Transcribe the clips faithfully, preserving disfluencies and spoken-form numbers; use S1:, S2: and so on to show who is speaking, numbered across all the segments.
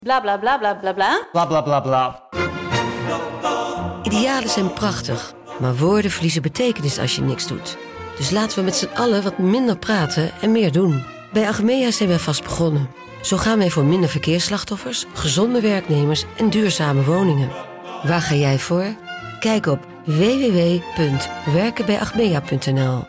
S1: Bla bla bla bla bla bla.
S2: Bla bla bla bla.
S3: Idealen zijn prachtig, maar woorden verliezen betekenis als je niks doet. Dus laten we met z'n allen wat minder praten en meer doen. Bij Achmea zijn wij vast begonnen. Zo gaan wij voor minder verkeersslachtoffers, gezonde werknemers en duurzame woningen. Waar ga jij voor? Kijk op w w w punt werken bij achmea punt n l.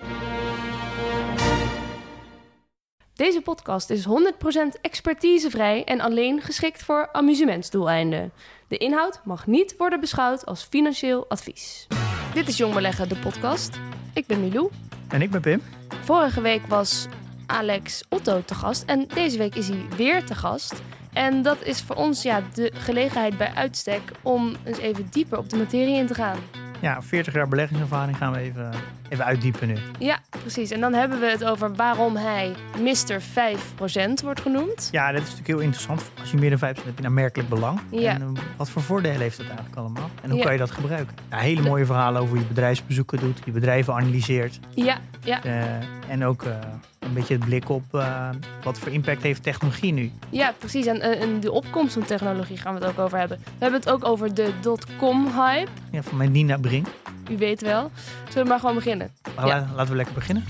S4: Deze podcast is honderd procent expertisevrij en alleen geschikt voor amusementsdoeleinden. De inhoud mag niet worden beschouwd als financieel advies. Dit is Jong Beleggen, de podcast. Ik ben Milou.
S2: En ik ben Pim.
S4: Vorige week was Alex Otto te gast en deze week is hij weer te gast. En dat is voor ons ja, de gelegenheid bij uitstek om eens even dieper op de materie in te gaan.
S2: Ja, veertig jaar beleggingservaring gaan we even, even uitdiepen nu.
S4: Ja, precies. En dan hebben we het over waarom hij mister vijf procent wordt genoemd.
S2: Ja, dat is natuurlijk heel interessant. Als je meer dan vijf procent hebt, heb je een aanmerkelijk belang.
S4: Ja.
S2: En uh, wat voor voordelen heeft dat eigenlijk allemaal? En hoe
S4: Ja.
S2: kan je dat gebruiken? Ja, hele mooie verhalen over hoe je bedrijfsbezoeken doet, je bedrijven analyseert.
S4: Ja, ja.
S2: Uh, en ook uh, een beetje het blik op uh, wat voor impact heeft technologie nu.
S4: Ja, precies. En, en de opkomst van technologie gaan we het ook over hebben. We hebben het ook over de dotcom-hype.
S2: Ja, van mijn Nina Brink.
S4: U weet wel. Zullen we maar gewoon beginnen?
S2: Maar
S4: Ja.
S2: la- laten we lekker beginnen.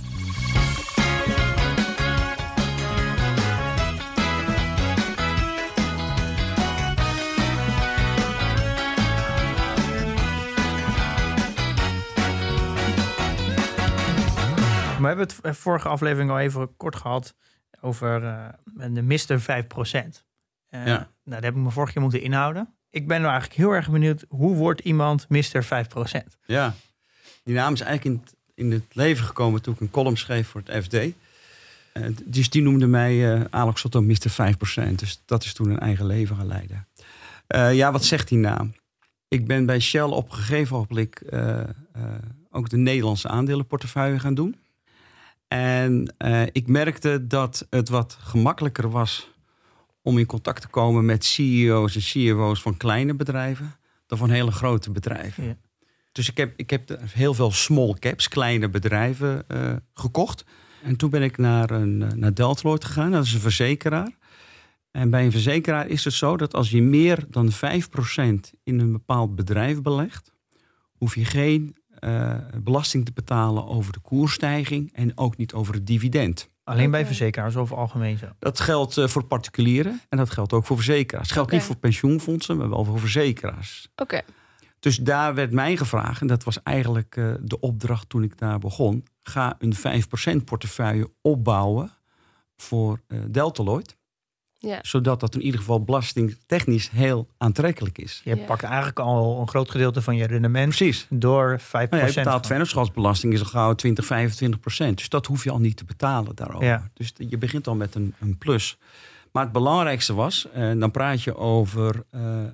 S2: We hebben het vorige aflevering al even kort gehad over uh, de mister vijf procent. Uh,
S5: Ja.
S2: Nou, daar heb ik me vorige keer moeten inhouden. Ik ben nou eigenlijk heel erg benieuwd, hoe wordt iemand mister vijf procent?
S5: Ja, die naam is eigenlijk in het, in het leven gekomen toen ik een column schreef voor het F D. Uh, dus die noemde mij uh, Alex Otto mister vijf procent. Dus dat is toen een eigen leven gaan leiden. Uh, ja, wat zegt die naam? Ik ben bij Shell op een gegeven ogenblik uh, uh, ook de Nederlandse aandelenportefeuille gaan doen. En uh, ik merkte dat het wat gemakkelijker was om in contact te komen met C E O's en C F O's van kleine bedrijven dan van hele grote bedrijven.
S2: Ja.
S5: Dus ik heb, ik heb heel veel small caps, kleine bedrijven uh, gekocht. En toen ben ik naar, een, naar Deltaloid gegaan, dat is een verzekeraar. En bij een verzekeraar is het zo dat als je meer dan vijf procent in een bepaald bedrijf belegt, hoef je geen uh, belasting te betalen over de koersstijging en ook niet over het dividend.
S2: Alleen bij
S4: Oké.
S2: verzekeraars of algemeen zo?
S5: Dat geldt uh, voor particulieren en dat geldt ook voor verzekeraars. Het geldt
S4: Oké.
S5: niet voor pensioenfondsen, maar wel voor verzekeraars.
S4: Oké.
S5: Dus daar werd mij gevraagd, en dat was eigenlijk uh, de opdracht toen ik daar begon, ga een vijf procent portefeuille opbouwen voor uh, Deltaloid.
S4: Ja.
S5: Zodat dat in ieder geval belastingtechnisch heel aantrekkelijk is.
S2: Je
S4: Ja.
S2: pakt eigenlijk al een groot gedeelte van je rendement
S5: Precies.
S2: door vijf
S5: Nou ja, je
S2: procent.
S5: betaalt vennootschapsbelasting is al gauw twintig, vijfentwintig procent. Dus dat hoef je al niet te betalen daarover.
S2: Ja.
S5: Dus je begint al met een, een plus. Maar het belangrijkste was, uh, dan praat je over uh, uh,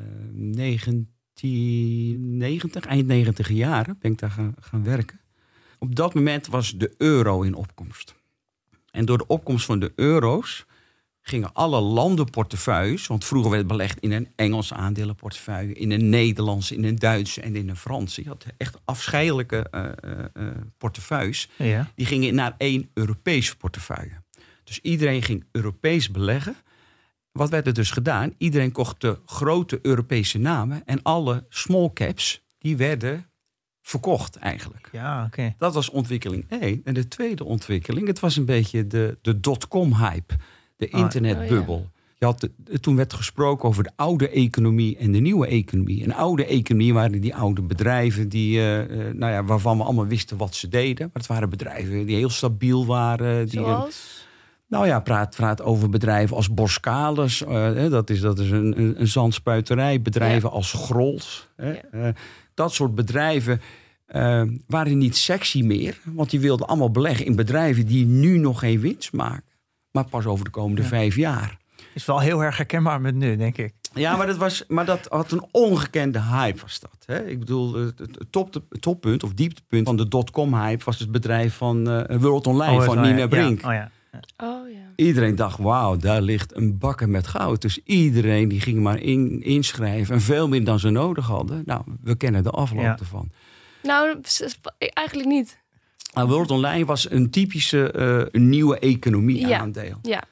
S5: negentien negentig, eind negentig jaren ben ik daar gaan, gaan werken. Op dat moment was de euro in opkomst. En door de opkomst van de euro's gingen alle landenportefeuilles, want vroeger werd belegd in een Engelse aandelenportefeuille, in een Nederlandse, in een Duitse en in een Franse. Je had echt afscheidelijke uh, uh, portefeuilles.
S2: Ja.
S5: Die gingen naar één Europese portefeuille. Dus iedereen ging Europees beleggen. Wat werd er dus gedaan? Iedereen kocht de grote Europese namen en alle small caps die werden verkocht eigenlijk.
S2: Ja, oké. Okay.
S5: Dat was ontwikkeling één. En de tweede ontwikkeling, het was een beetje de, de dotcom-hype. De internetbubbel. Oh, ja. Je had de, toen werd gesproken over de oude economie en de nieuwe economie. Een oude economie waren die oude bedrijven die, uh, uh, nou ja, waarvan we allemaal wisten wat ze deden. Maar het waren bedrijven die heel stabiel waren. Die,
S4: Zoals?
S5: Nou ja, praat, praat over bedrijven als Boskalis. Uh, dat is, dat is een, een, een zandspuiterij. Bedrijven ja. als Grols. Ja. Uh, dat soort bedrijven uh, waren niet sexy meer. Want die wilden allemaal beleggen in bedrijven die nu nog geen winst maken. Maar pas over de komende ja. vijf jaar.
S2: Is wel heel erg herkenbaar met nu, denk ik.
S5: Ja, maar dat, was, maar dat had een ongekende hype was dat. Hè? Ik bedoel, het, top, het toppunt of dieptepunt van de dotcom-hype was het bedrijf van uh, World Online, oh, van Nina ja. Brink.
S2: Ja. Oh, ja.
S4: Oh, ja.
S5: Iedereen dacht, wauw, daar ligt een bakken met goud. Dus iedereen die ging maar in, inschrijven. En veel meer dan ze nodig hadden. Nou, we kennen de afloop ja. ervan.
S4: Nou, eigenlijk niet.
S5: Nou, World Online was een typische uh, nieuwe economie-aandeel.
S4: Ja. Ja.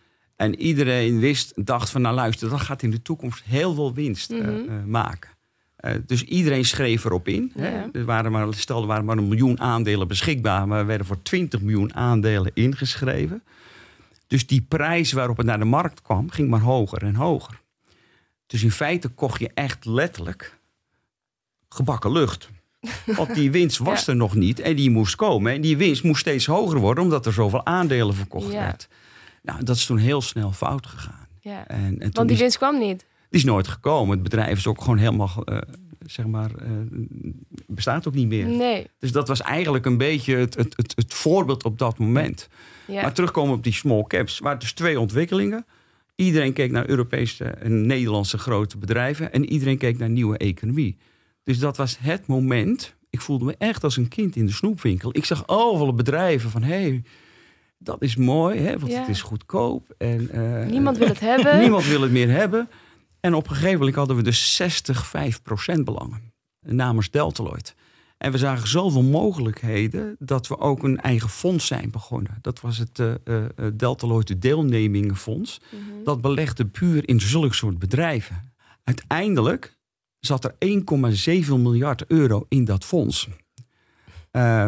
S5: En iedereen wist, dacht van nou luister, dat gaat in de toekomst heel veel winst uh,
S4: Mm-hmm.
S5: uh, maken. Uh, dus iedereen schreef erop in.
S4: Ja.
S5: Hè. Er waren maar, stel, er waren maar een miljoen aandelen beschikbaar, maar er werden voor twintig miljoen aandelen ingeschreven. Dus die prijs waarop het naar de markt kwam, ging maar hoger en hoger. Dus in feite kocht je echt letterlijk gebakken lucht. Want die winst was
S4: Ja.
S5: er nog niet en die moest komen. En die winst moest steeds hoger worden, omdat er zoveel aandelen verkocht
S4: Ja.
S5: werd. Nou, dat is toen heel snel fout gegaan.
S4: Ja.
S5: En, en toen
S4: Want die
S5: is,
S4: winst kwam niet.
S5: die is nooit gekomen. Het bedrijf is ook gewoon helemaal, uh, zeg maar, uh, bestaat ook niet meer.
S4: Nee.
S5: Dus dat was eigenlijk een beetje het, het, het, het voorbeeld op dat moment.
S4: Ja.
S5: Maar terugkomen op die small caps. Er waren dus twee ontwikkelingen. Iedereen keek naar Europese en Nederlandse grote bedrijven. En iedereen keek naar nieuwe economie. Dus dat was het moment. Ik voelde me echt als een kind in de snoepwinkel. Ik zag overal bedrijven van... Hey, dat is mooi, hè, want
S4: Ja.
S5: het is goedkoop. En, uh,
S4: Niemand wil het hebben.
S5: Niemand wil het meer hebben. En op een gegeven moment hadden we dus zestig komma vijf procent belangen. Namens Deltaloid. En we zagen zoveel mogelijkheden dat we ook een eigen fonds zijn begonnen. Dat was het uh, uh, Deltaloid Deelnemingenfonds.
S4: Mhm.
S5: Dat belegde puur in zulke soort bedrijven. Uiteindelijk zat er één komma zeven miljard euro in dat fonds. Uh,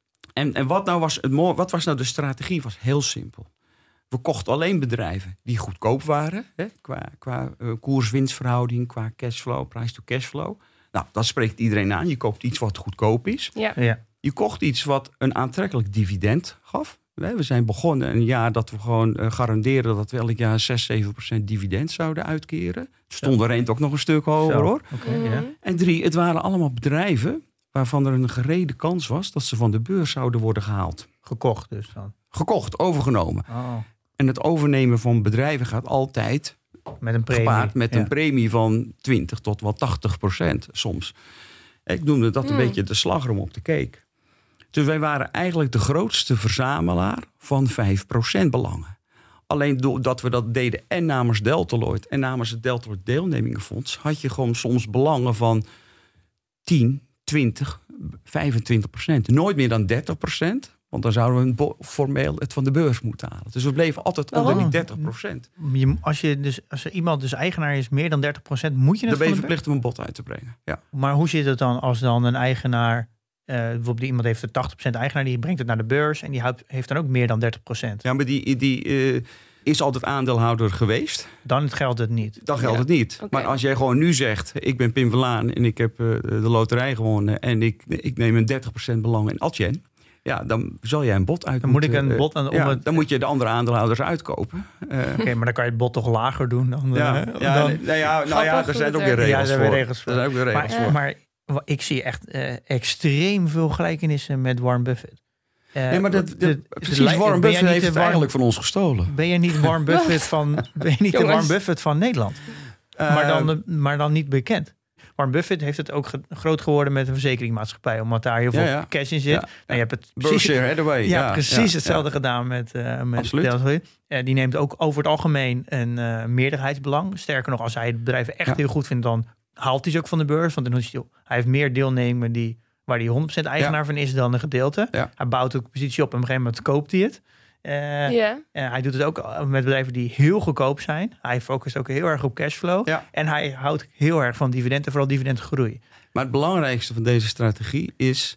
S5: en en wat, nou was het mo- wat was nou de strategie? Was heel simpel. We kochten alleen bedrijven die goedkoop waren. Hè, qua qua uh, koers-winstverhouding, qua cashflow, price to cashflow. Nou, dat spreekt iedereen aan. Je koopt iets wat goedkoop is.
S4: Ja.
S2: Ja.
S5: Je kocht iets wat een aantrekkelijk dividend gaf. We zijn begonnen een jaar dat we gewoon uh, garanderen... dat we elk jaar zes, zeven procent dividend zouden uitkeren. Stond de rente ook nog een stuk hoger,
S2: Zo.
S5: hoor.
S2: Oké,
S4: Mhm.
S2: ja.
S5: En drie, het waren allemaal bedrijven... waarvan er een gerede kans was dat ze van de beurs zouden worden gehaald.
S2: Gekocht dus dan.
S5: Gekocht, overgenomen.
S2: Oh,
S5: En het overnemen van bedrijven gaat altijd
S2: met een premie.
S5: gepaard met
S2: Ja.
S5: een premie van twintig tot wel tachtig procent soms. Ik noemde dat een
S4: Hmm.
S5: beetje de slagroom op de cake. Dus wij waren eigenlijk de grootste verzamelaar van vijf procent belangen. Alleen doordat we dat deden en namens Deltaloid en namens het Deltaloid Deelnemingenfonds... had je gewoon soms belangen van tien, twintig, vijfentwintig procent. Nooit meer dan dertig procent. Want dan zouden we een bo- formeel het van de beurs moeten halen. Dus we bleven altijd onder
S2: Waarom?
S5: die dertig procent.
S2: Je, als, je dus, als er iemand dus eigenaar is, meer dan dertig procent, moet je het
S5: Dan ben je
S2: van de
S5: verplicht om een bod uit te brengen. Ja.
S2: beurs- Maar hoe zit het dan als dan een eigenaar... Uh, bijvoorbeeld iemand heeft de tachtig procent eigenaar, die brengt het naar de beurs... en die houdt, heeft dan ook meer dan dertig procent.
S5: Ja, maar die, die uh, is altijd aandeelhouder geweest.
S2: Dan geldt het niet.
S5: Dan geldt
S4: Ja.
S5: het niet.
S4: Oké.
S5: Maar als jij gewoon nu zegt... ik ben Pim Verlaan en ik heb uh, de loterij gewonnen... en ik, ik neem een dertig procent belang in Adyen... ja, dan zal jij een bod uit
S2: Dan moet ik
S5: moeten,
S2: een
S5: uh,
S2: bod aan- om
S5: ja,
S2: het-
S5: dan moet je de andere aandeelhouders uitkopen. Uh,
S2: Oké, maar dan kan je het bod toch lager doen dan...
S5: ja,
S2: uh,
S5: ja,
S2: dan
S5: nee, nou ja, nou ja,
S4: Grappig
S5: er zijn
S4: hoe
S5: ook
S4: het
S5: weer
S4: werkt.
S5: regels
S2: Ja, er zijn weer
S5: voor.
S2: regels voor.
S5: Er zijn ook weer regels
S2: Maar,
S5: voor.
S2: maar wa- ik zie echt uh, extreem veel gelijkenissen met Warren Buffett. Uh,
S5: nee, maar dat,
S2: de-
S5: dat,
S2: de-
S5: precies,
S2: de-
S5: Warren
S2: ben jij
S5: Buffett
S2: niet
S5: heeft
S2: de
S5: het
S2: Warren-
S5: eigenlijk van ons gestolen.
S2: Ben je niet Warren Buffett van, ben je niet de
S4: Jongens.
S2: Warren Buffett van Nederland?
S5: Uh,
S2: maar, dan, maar dan niet bekend. Warren Buffett heeft het ook ge- groot geworden met een verzekeringmaatschappij, omdat daar heel veel
S5: Ja, ja.
S2: cash in zit.
S5: Ja,
S2: Nou, je hebt het precies,
S5: Berkshire Hathaway.
S2: ja,
S5: ja,
S2: precies
S5: ja,
S2: hetzelfde
S5: ja.
S2: gedaan met, uh, met
S5: Absoluut.
S2: Deltaloid. Uh, die neemt ook over het algemeen een uh, meerderheidsbelang. Sterker nog, als hij het bedrijf echt
S5: Ja.
S2: heel goed vindt, dan haalt hij ze ook van de beurs. Want dan is hij, hij heeft meer deelnemers die, waar hij honderd procent eigenaar
S5: Ja.
S2: van is dan een gedeelte.
S5: Ja.
S2: Hij bouwt ook een positie op en op een gegeven moment koopt hij het. Uh,
S4: Ja.
S2: uh, hij doet het ook met bedrijven die heel goedkoop zijn. Hij focust ook heel erg op cashflow.
S5: Ja.
S2: En hij houdt heel erg van dividenden, vooral dividendgroei.
S5: Maar het belangrijkste van deze strategie is...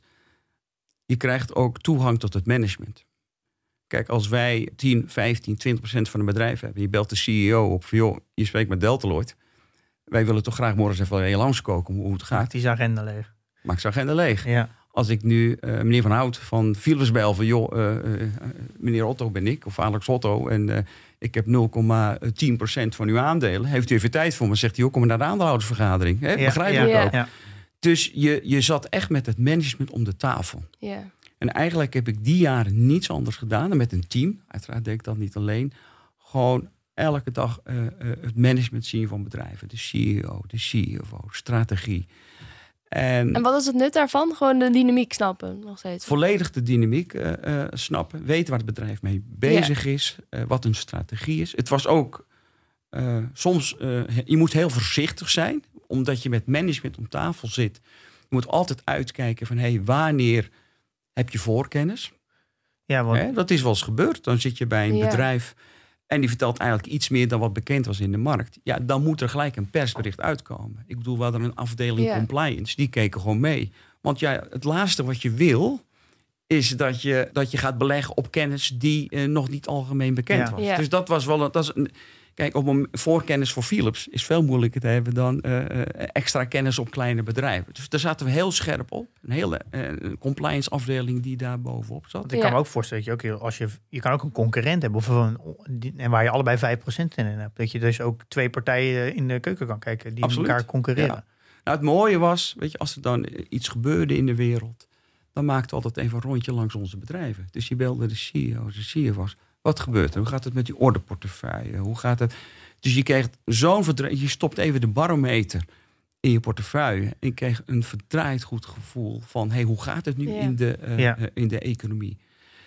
S5: je krijgt ook toegang tot het management. Kijk, als wij tien, vijftien, twintig procent van een bedrijf hebben... je belt de C E O op van... joh, je spreekt met Deltaloid. Wij willen toch graag morgen eens even bij je langskomen hoe het gaat.
S2: Maakt hij zijn agenda leeg.
S5: Maak zijn agenda leeg.
S2: Ja.
S5: Als ik nu uh, meneer Van Hout van Philips bel van... joh, uh, uh, meneer Otto ben ik, of Alex Otto... en uh, ik heb nul komma tien procent van uw aandelen. Heeft u even tijd voor me? Zegt hij, joh, kom maar naar de aandeelhoudersvergadering. Hè?
S2: Ja,
S5: Begrijpelijk
S4: ja.
S5: ook.
S2: Ja.
S5: Dus je, je zat echt met het management om de tafel.
S4: Ja.
S5: En eigenlijk heb ik die jaren niets anders gedaan dan met een team. Uiteraard deed ik dat niet alleen. Gewoon elke dag uh, uh, het management zien van bedrijven. De C E O, de C F O, strategie. En,
S4: En wat is het nut daarvan? Gewoon de dynamiek snappen, nog steeds.
S5: volledig de dynamiek uh, uh, snappen. Weten waar het bedrijf mee bezig ja. is. Uh, wat hun strategie is. Het was ook uh, soms... Uh, je moet heel voorzichtig zijn. Omdat je met management om tafel zit. Je moet altijd uitkijken van... hey, wanneer heb je voorkennis?
S2: Ja, want
S5: Hè, dat is wel eens gebeurd. Dan zit je bij een
S4: Ja.
S5: bedrijf en die vertelt eigenlijk iets meer dan wat bekend was in de markt. Ja, dan moet er gelijk een persbericht uitkomen. Ik bedoel, we hadden een afdeling
S4: Ja.
S5: compliance. Die keken gewoon mee. Want ja, het laatste wat je wil is dat je, dat je gaat beleggen op kennis die uh, nog niet algemeen bekend
S2: Ja.
S5: was.
S4: Ja.
S5: Dus dat was wel een, dat is een, kijk, op een voorkennis voor Philips is veel moeilijker te hebben dan uh, uh, extra kennis op kleine bedrijven. Dus daar zaten we heel scherp op. Een hele uh, compliance afdeling die daar bovenop zat.
S2: Want ik kan
S4: Ja.
S2: me ook voorstellen dat je ook heel- als je je kan ook een concurrent hebben of een, die- en waar je allebei vijf procent in hebt, dat je dus ook twee partijen in de keuken kan kijken die
S5: Absoluut.
S2: met elkaar concurreren.
S5: Ja. Nou, het mooie was, weet je, als er dan iets gebeurde in de wereld, dan maakte altijd even een rondje langs onze bedrijven. Dus je belde de C E O's, de C F O's. Wat gebeurt er? Hoe gaat het met die orderportefeuille? Hoe gaat het? Dus je kreeg zo'n verdraaid. Je stopt even de barometer in je portefeuille. En je kreeg een verdraaid goed gevoel van, hey, hoe gaat het nu
S4: Ja.
S5: in, de, uh,
S2: Ja.
S5: uh, in de economie?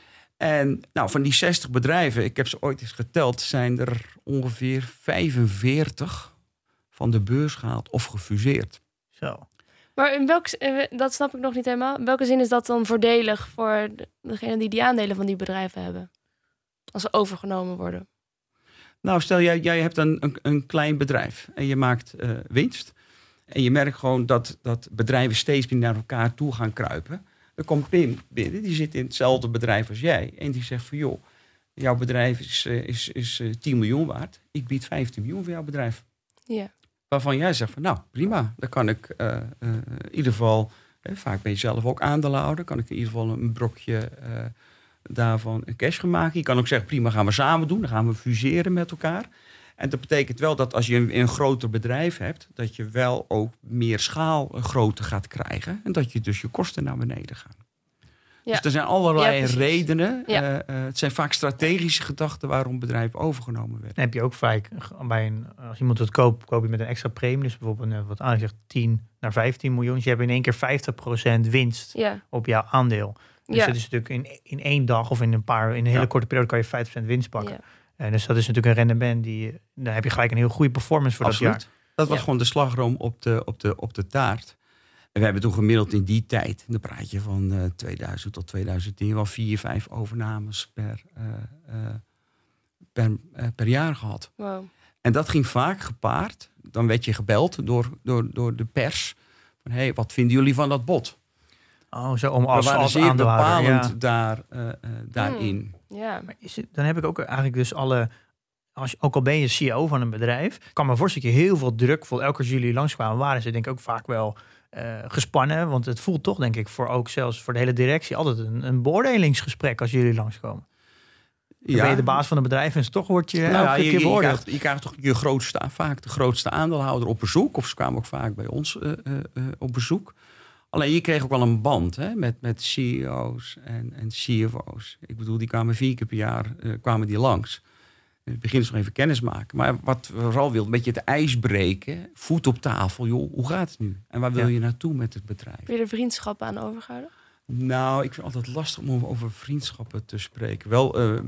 S5: En nou, van die zestig bedrijven, ik heb ze ooit eens geteld, zijn er ongeveer vijfenveertig van de beurs gehaald of gefuseerd.
S2: Zo.
S4: Maar in welk, eh, dat snap ik nog niet helemaal. In welke zin is dat dan voordelig voor de- degene die die aandelen van die bedrijven hebben? Als ze overgenomen worden.
S5: Nou, stel jij, jij hebt een, een, een klein bedrijf en je maakt uh, winst. En je merkt gewoon dat, dat bedrijven steeds meer naar elkaar toe gaan kruipen. Dan komt Pim binnen, die zit in hetzelfde bedrijf als jij. En die zegt van, joh, jouw bedrijf is, uh, is, is uh, tien miljoen waard. Ik bied vijftien miljoen voor jouw bedrijf.
S4: Ja.
S5: Waarvan jij zegt van, nou, prima. Dan kan ik uh, uh, in ieder geval, eh, vaak ben je zelf ook aandeelhouder. Kan ik in ieder geval een brokje uh, daarvan een cash gaan maken. Je kan ook zeggen, prima, gaan we samen doen. Dan gaan we fuseren met elkaar. En dat betekent wel dat als je een, een groter bedrijf hebt, dat je wel ook meer schaalgrootte gaat krijgen. En dat je dus je kosten naar beneden gaan.
S4: Ja.
S5: Dus er zijn allerlei
S4: Ja, precies.
S5: redenen.
S4: Ja.
S5: Uh, uh, het zijn vaak strategische gedachten waarom bedrijven overgenomen werden.
S2: Dan heb je ook vaak bij een, als iemand het koopt, koop je met een extra premie. Dus bijvoorbeeld een, wat aan zegt tien naar vijftien miljoen. Dus je hebt in één keer vijftig procent winst
S4: Ja.
S2: op jouw aandeel. Dus
S4: Ja.
S2: dat is natuurlijk in, in één dag of in een paar, in een hele
S5: Ja.
S2: korte periode kan je vijftig procent winst pakken.
S4: Ja.
S2: En dus dat is natuurlijk een rendement die, dan heb je gelijk een heel goede performance voor
S5: Absoluut.
S2: dat jaar.
S5: Dat was
S4: Ja.
S5: gewoon de slagroom op de, op, de, op de taart. En we hebben toen gemiddeld in die tijd, dan praat je van uh, tweeduizend tot tweeduizend tien, wel vier, vijf overnames per, uh, uh, per, uh, per jaar gehad.
S4: Wow.
S5: En dat ging vaak gepaard. Dan werd je gebeld door, door, door de pers. Van, hey, wat vinden jullie van dat bod?
S2: Oh, zo om
S5: We
S2: als,
S5: waren
S2: als
S5: zeer
S2: aandeelhouder.
S5: bepalend
S2: Ja.
S5: daar, uh, uh, daarin.
S4: Ja.
S2: Maar is het, dan heb ik ook eigenlijk dus alle, als je, ook al ben je C E O van een bedrijf, kan me voorstellen dat je heel veel druk, voor elke keer als jullie langskwamen, waren ze denk ik ook vaak wel uh, gespannen. Want het voelt toch denk ik voor ook zelfs voor de hele directie altijd een, een beoordelingsgesprek als jullie langskomen. Dan ben je de baas van een bedrijf en toch word je
S5: Nou
S2: elke
S5: ja, je,
S2: keer
S5: je, je,
S2: beoordeeld.
S5: krijgt, je krijgt toch je grootste, vaak de grootste aandeelhouder op bezoek. Of ze kwamen ook vaak bij ons uh, uh, uh, op bezoek. Alleen je kreeg ook wel een band hè, met, met C E O's en, en C F O's. Ik bedoel, die kwamen vier keer per jaar uh, kwamen die langs. In het begin is nog even kennis maken. Maar wat we vooral wilden, een beetje het ijs breken. Voet op tafel. Joh, hoe gaat het nu? En waar wil
S2: Ja.
S5: je naartoe met het bedrijf?
S4: Heb je er vriendschappen aan overgehouden?
S5: Nou, ik vind het altijd lastig om over vriendschappen te spreken. Wel, uh,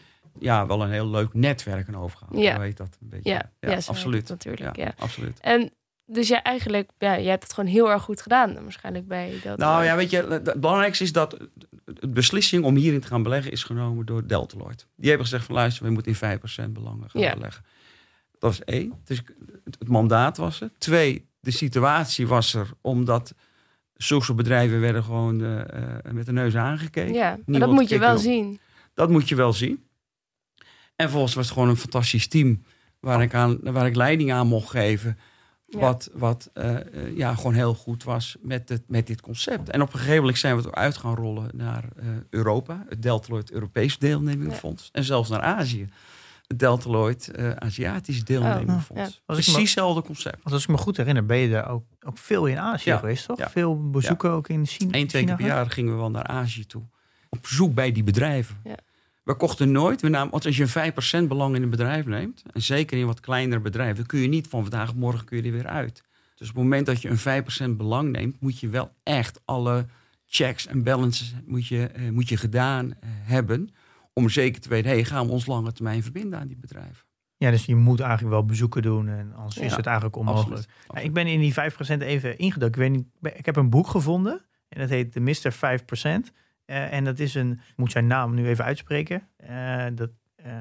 S5: ja, wel een heel leuk netwerk aan overgehouden.
S4: Ja.
S5: Hoe heet dat? Een beetje.
S4: Ja, ja, zo heet
S5: absoluut.
S4: het natuurlijk.
S5: Ja,
S4: Ja.
S5: absoluut.
S4: En dus jij eigenlijk, ja, jij hebt het gewoon heel erg goed gedaan. Dan waarschijnlijk bij dat.
S5: Nou ja, weet je, het belangrijkste is dat de beslissing om hierin te gaan beleggen is genomen door Deltaloid. Die hebben gezegd van luister, we moeten in vijf procent belangen gaan
S4: Ja.
S5: beleggen. Dat is één. Dus het mandaat was er. Twee, de situatie was er omdat zulke bedrijven werden gewoon uh, uh, met de neus aangekeken.
S4: Ja, maar dat
S5: Niemand
S4: moet je
S5: keek
S4: wel
S5: erop.
S4: zien.
S5: Dat moet je wel zien. En vervolgens was het gewoon een fantastisch team waar ik, aan, waar ik leiding aan mocht geven.
S4: Ja.
S5: Wat, wat uh, uh, ja, gewoon heel goed was met, het, met dit concept. En op een gegeven moment zijn we het uit gaan rollen naar uh, Europa. Het Deltaloid Europees Deelnemingenfonds. Ja. En zelfs naar Azië. Het Deltaloid uh, Aziatisch Deelnemingenfonds.
S4: Oh, ja.
S5: Precies hetzelfde concept.
S2: Want als ik me goed herinner, ben je daar ook, ook veel in Azië
S5: Ja.
S2: geweest, toch?
S5: Ja.
S2: Veel bezoeken ook in China.
S5: Eén, twee
S2: China
S5: keer per
S2: gehad?
S5: jaar gingen we wel naar Azië toe. Op bezoek bij die bedrijven.
S4: Ja.
S5: We kochten nooit, we namen, want als je een vijf procent belang in een bedrijf neemt, en zeker in wat kleinere bedrijven, dan kun je niet van vandaag op morgen kun je er weer uit. Dus op het moment dat je een vijf procent belang neemt, moet je wel echt alle checks en balances moet je, uh, moet je gedaan uh, hebben, om zeker te weten, hey, gaan we ons lange termijn verbinden aan die bedrijven.
S2: Ja, dus je moet eigenlijk wel bezoeken doen en anders
S5: Ja,
S2: is het eigenlijk onmogelijk.
S5: Absoluut.
S2: Nou, ik ben in die vijf procent even ingedoken. Ik, weet niet, ik heb een boek gevonden en dat heet de mister vijf procent. Uh, en dat is een, ik moet zijn naam nu even uitspreken. Uh, dat, uh,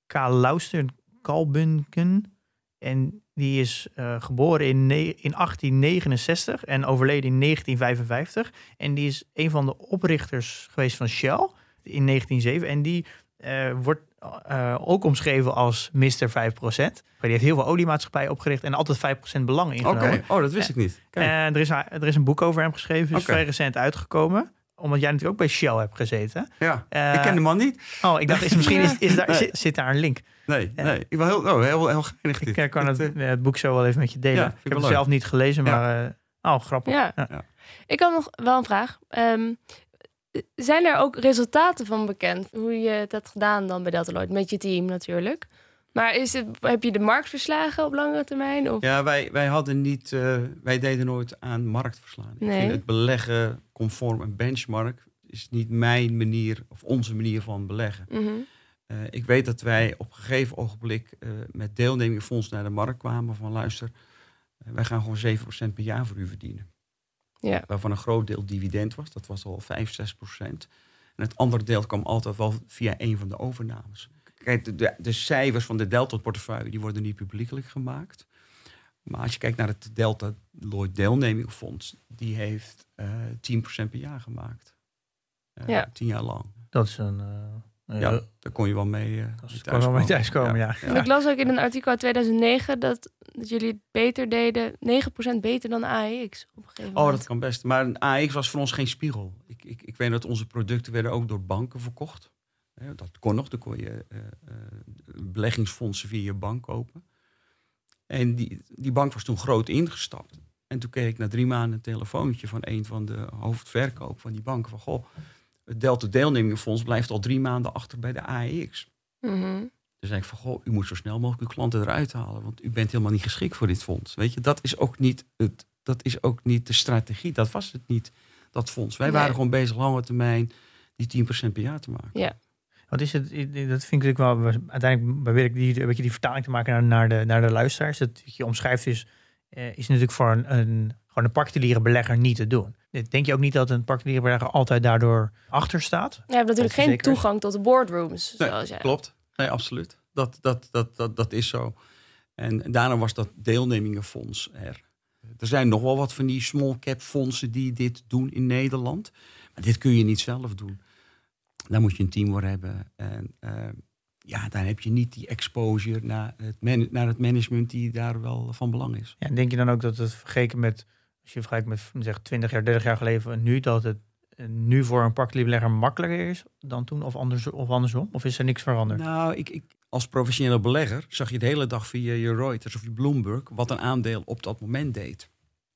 S2: Kalauster Kalbunken. En die is uh, geboren in, ne- in achttien negenenzestig en overleden in negentien vijfenvijftig. En die is een van de oprichters geweest van Shell in negentien zeven. En die uh, wordt uh, ook omschreven als mister vijf procent. Die heeft heel veel oliemaatschappijen opgericht en altijd vijf procent belang ingenomen.
S5: Oké, okay. Oh, dat wist ik niet.
S2: En uh, er, is, er is een boek over hem geschreven, is okay. vrij recent uitgekomen. Omdat jij natuurlijk ook bij Shell hebt gezeten.
S5: Ja, uh, ik ken de man niet.
S2: Oh, ik dacht, is, misschien is, is daar, nee. zit, zit daar een link.
S5: Nee, uh, nee. Ik wil heel, oh, heel, heel geinig dit.
S2: Ik kan het, het, uh, het boek zo wel even met je delen. Ja, ik heb het leuk. zelf niet gelezen, maar... Ja. Uh, oh, grappig.
S4: Ja. Ja. Ja. Ik had nog wel een vraag. Um, zijn er ook resultaten van bekend? Hoe je het hebt gedaan dan bij Deltaloid? Met je team natuurlijk. Maar is het, heb je de markt verslagen op langere termijn? Of?
S5: Ja, wij, wij hadden niet... Uh, wij deden nooit aan marktverslaan. Nee. Ik vind het beleggen conform een benchmark is niet mijn manier of onze manier van beleggen. Mm-hmm. Uh, ik weet dat wij op een gegeven ogenblik uh, met deelnemingfonds naar de markt kwamen van luister, uh, wij gaan gewoon zeven procent per jaar voor u verdienen. Ja. Waarvan een groot deel dividend was, dat was al vijf, zes procent. En het andere deel kwam altijd wel via een van de overnames. Kijk, de, de, de cijfers van de Delta-portefeuille die worden niet publiekelijk gemaakt. Maar als je kijkt naar het Deltaloid deelnemingfonds, die heeft uh, tien procent per jaar gemaakt. Uh, ja. Tien jaar lang.
S2: Dat is een... Uh...
S5: Ja, ja, daar kon je wel mee uh,
S2: thuiskomen. Mee thuiskomen ja. Ja.
S4: Ja. Ik las ook in een artikel uit tweeduizend negen dat, dat jullie het beter deden, negen procent beter dan A E X op een gegeven moment.
S5: Oh, dat kan best. Maar een A E X was voor ons geen spiegel. Ik, ik, ik weet dat onze producten werden ook door banken verkocht. Ja, dat kon nog. Dan kon je uh, uh, beleggingsfondsen via je bank kopen. En die, die bank was toen groot ingestapt. En toen kreeg ik na drie maanden een telefoontje van een van de hoofdverkoop van die banken van goh, het Delta deelnemingfonds blijft al drie maanden achter bij de A E X. Mm-hmm. Dus zei ik van, goh, u moet zo snel mogelijk uw klanten eruit halen. Want u bent helemaal niet geschikt voor dit fonds. Weet je, dat is ook niet, het, dat is ook niet de strategie. Dat was het niet, dat fonds. Wij nee. waren gewoon bezig lange termijn die tien procent per jaar te maken.
S2: Ja. Wat is het, dat vind ik wel, uiteindelijk probeer ik die, een beetje die vertaling te maken naar, naar, de, naar de luisteraars. Dat wat je omschrijft is, uh, is natuurlijk voor een, een, gewoon een particuliere belegger niet te doen. Denk je ook niet dat een particuliere belegger altijd daardoor achter staat?
S4: Je hebt natuurlijk geen toegang tot de boardrooms.
S5: Nee,
S4: zoals jij.
S5: Klopt. Nee, absoluut. Dat, dat, dat, dat, dat is zo. En daarom was dat deelnemingenfonds er. Er zijn nog wel wat van die small cap fondsen die dit doen in Nederland. Maar dit kun je niet zelf doen. Daar moet je een team voor hebben. En uh, ja, dan heb je niet die exposure naar het, man- naar het management die daar wel van belang is.
S2: Ja, en denk je dan ook dat het vergeleken met, als je vergelijkt met zeg, twintig jaar, dertig jaar geleden en nu, dat het nu voor een particulier belegger makkelijker is dan toen of, anders, of andersom? Of is er niks veranderd?
S5: Nou, ik, ik, als professionele belegger zag je de hele dag via je Reuters of je Bloomberg wat een aandeel op dat moment deed.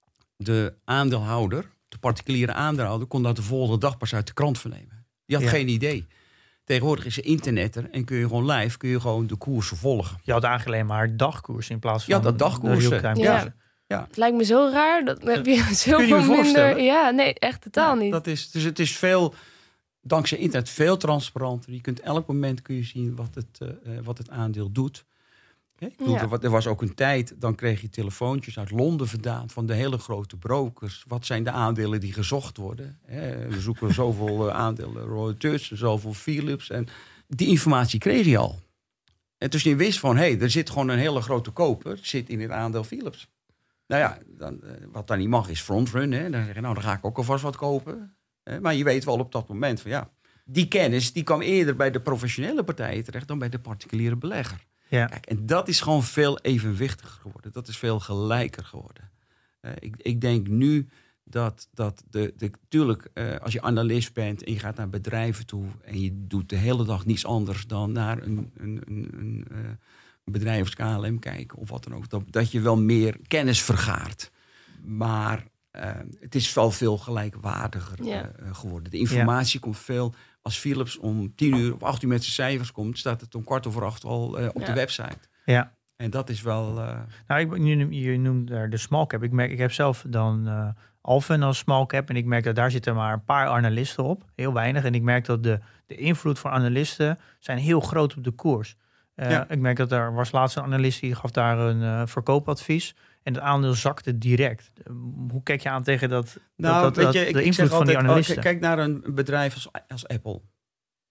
S5: De aandeelhouder, de particuliere aandeelhouder, kon dat de volgende dag pas uit de krant vernemen. Die had ja. geen idee. Tegenwoordig is er internet er en kun je gewoon live, kun je gewoon de koersen volgen.
S2: Je had eigenlijk alleen maar dagkoers in plaats van
S5: ja, dat dagkoersen.
S4: Ja. Ja. Ja. Het lijkt me zo raar. Dat heb je zoveel minder. Ja, nee, echt totaal ja, niet.
S5: Dat is, dus het is veel, dankzij internet, veel transparanter. Je kunt elk moment kun je zien wat het, uh, wat het aandeel doet. Hè? Ik bedoel, ja. er, er was ook een tijd, dan kreeg je telefoontjes uit Londen vandaan van de hele grote brokers. Wat zijn de aandelen die gezocht worden? Hè? We zoeken zoveel uh, aandelen Reuters, zoveel Philips. En die informatie kreeg je al. En dus je wist van, hé, hey, er zit gewoon een hele grote koper, zit in het aandeel Philips. Nou ja, dan, wat dan niet mag is frontrun. Hè? Dan zeg je, nou, dan ga ik ook alvast wat kopen. Maar je weet wel op dat moment van, ja, die kennis die kwam eerder bij de professionele partijen terecht dan bij de particuliere belegger. Ja. Kijk, en dat is gewoon veel evenwichtiger geworden. Dat is veel gelijker geworden. Uh, ik, ik denk nu dat, dat de, de, natuurlijk, uh, als je analist bent en je gaat naar bedrijven toe en je doet de hele dag niets anders dan naar een, een, een, een uh, bedrijf als K L M kijken of wat dan ook, dat, dat je wel meer kennis vergaart. Maar uh, het is wel veel gelijkwaardiger ja. uh, geworden. De informatie ja. komt veel. Als Philips om tien uur of acht uur met zijn cijfers komt, staat het om kwart over acht al uh, op ja. de website. Ja. En dat is wel. Uh...
S2: Nou, ik, je, je noemt daar de small cap. Ik merk, ik heb zelf dan uh, Alphen als small cap en ik merk dat daar zitten maar een paar analisten op, heel weinig. En ik merk dat de, de invloed van analisten zijn heel groot op de koers. Uh, ja. Ik merk dat er was laatst een analist die gaf daar een uh, verkoopadvies. En het aandeel zakte direct. Uh, hoe kijk je aan tegen dat,
S5: nou,
S2: dat, dat,
S5: weet je,
S2: dat
S5: ik,
S2: de invloed
S5: ik
S2: van
S5: altijd,
S2: die analisten?
S5: Kijk naar een bedrijf als, als Apple.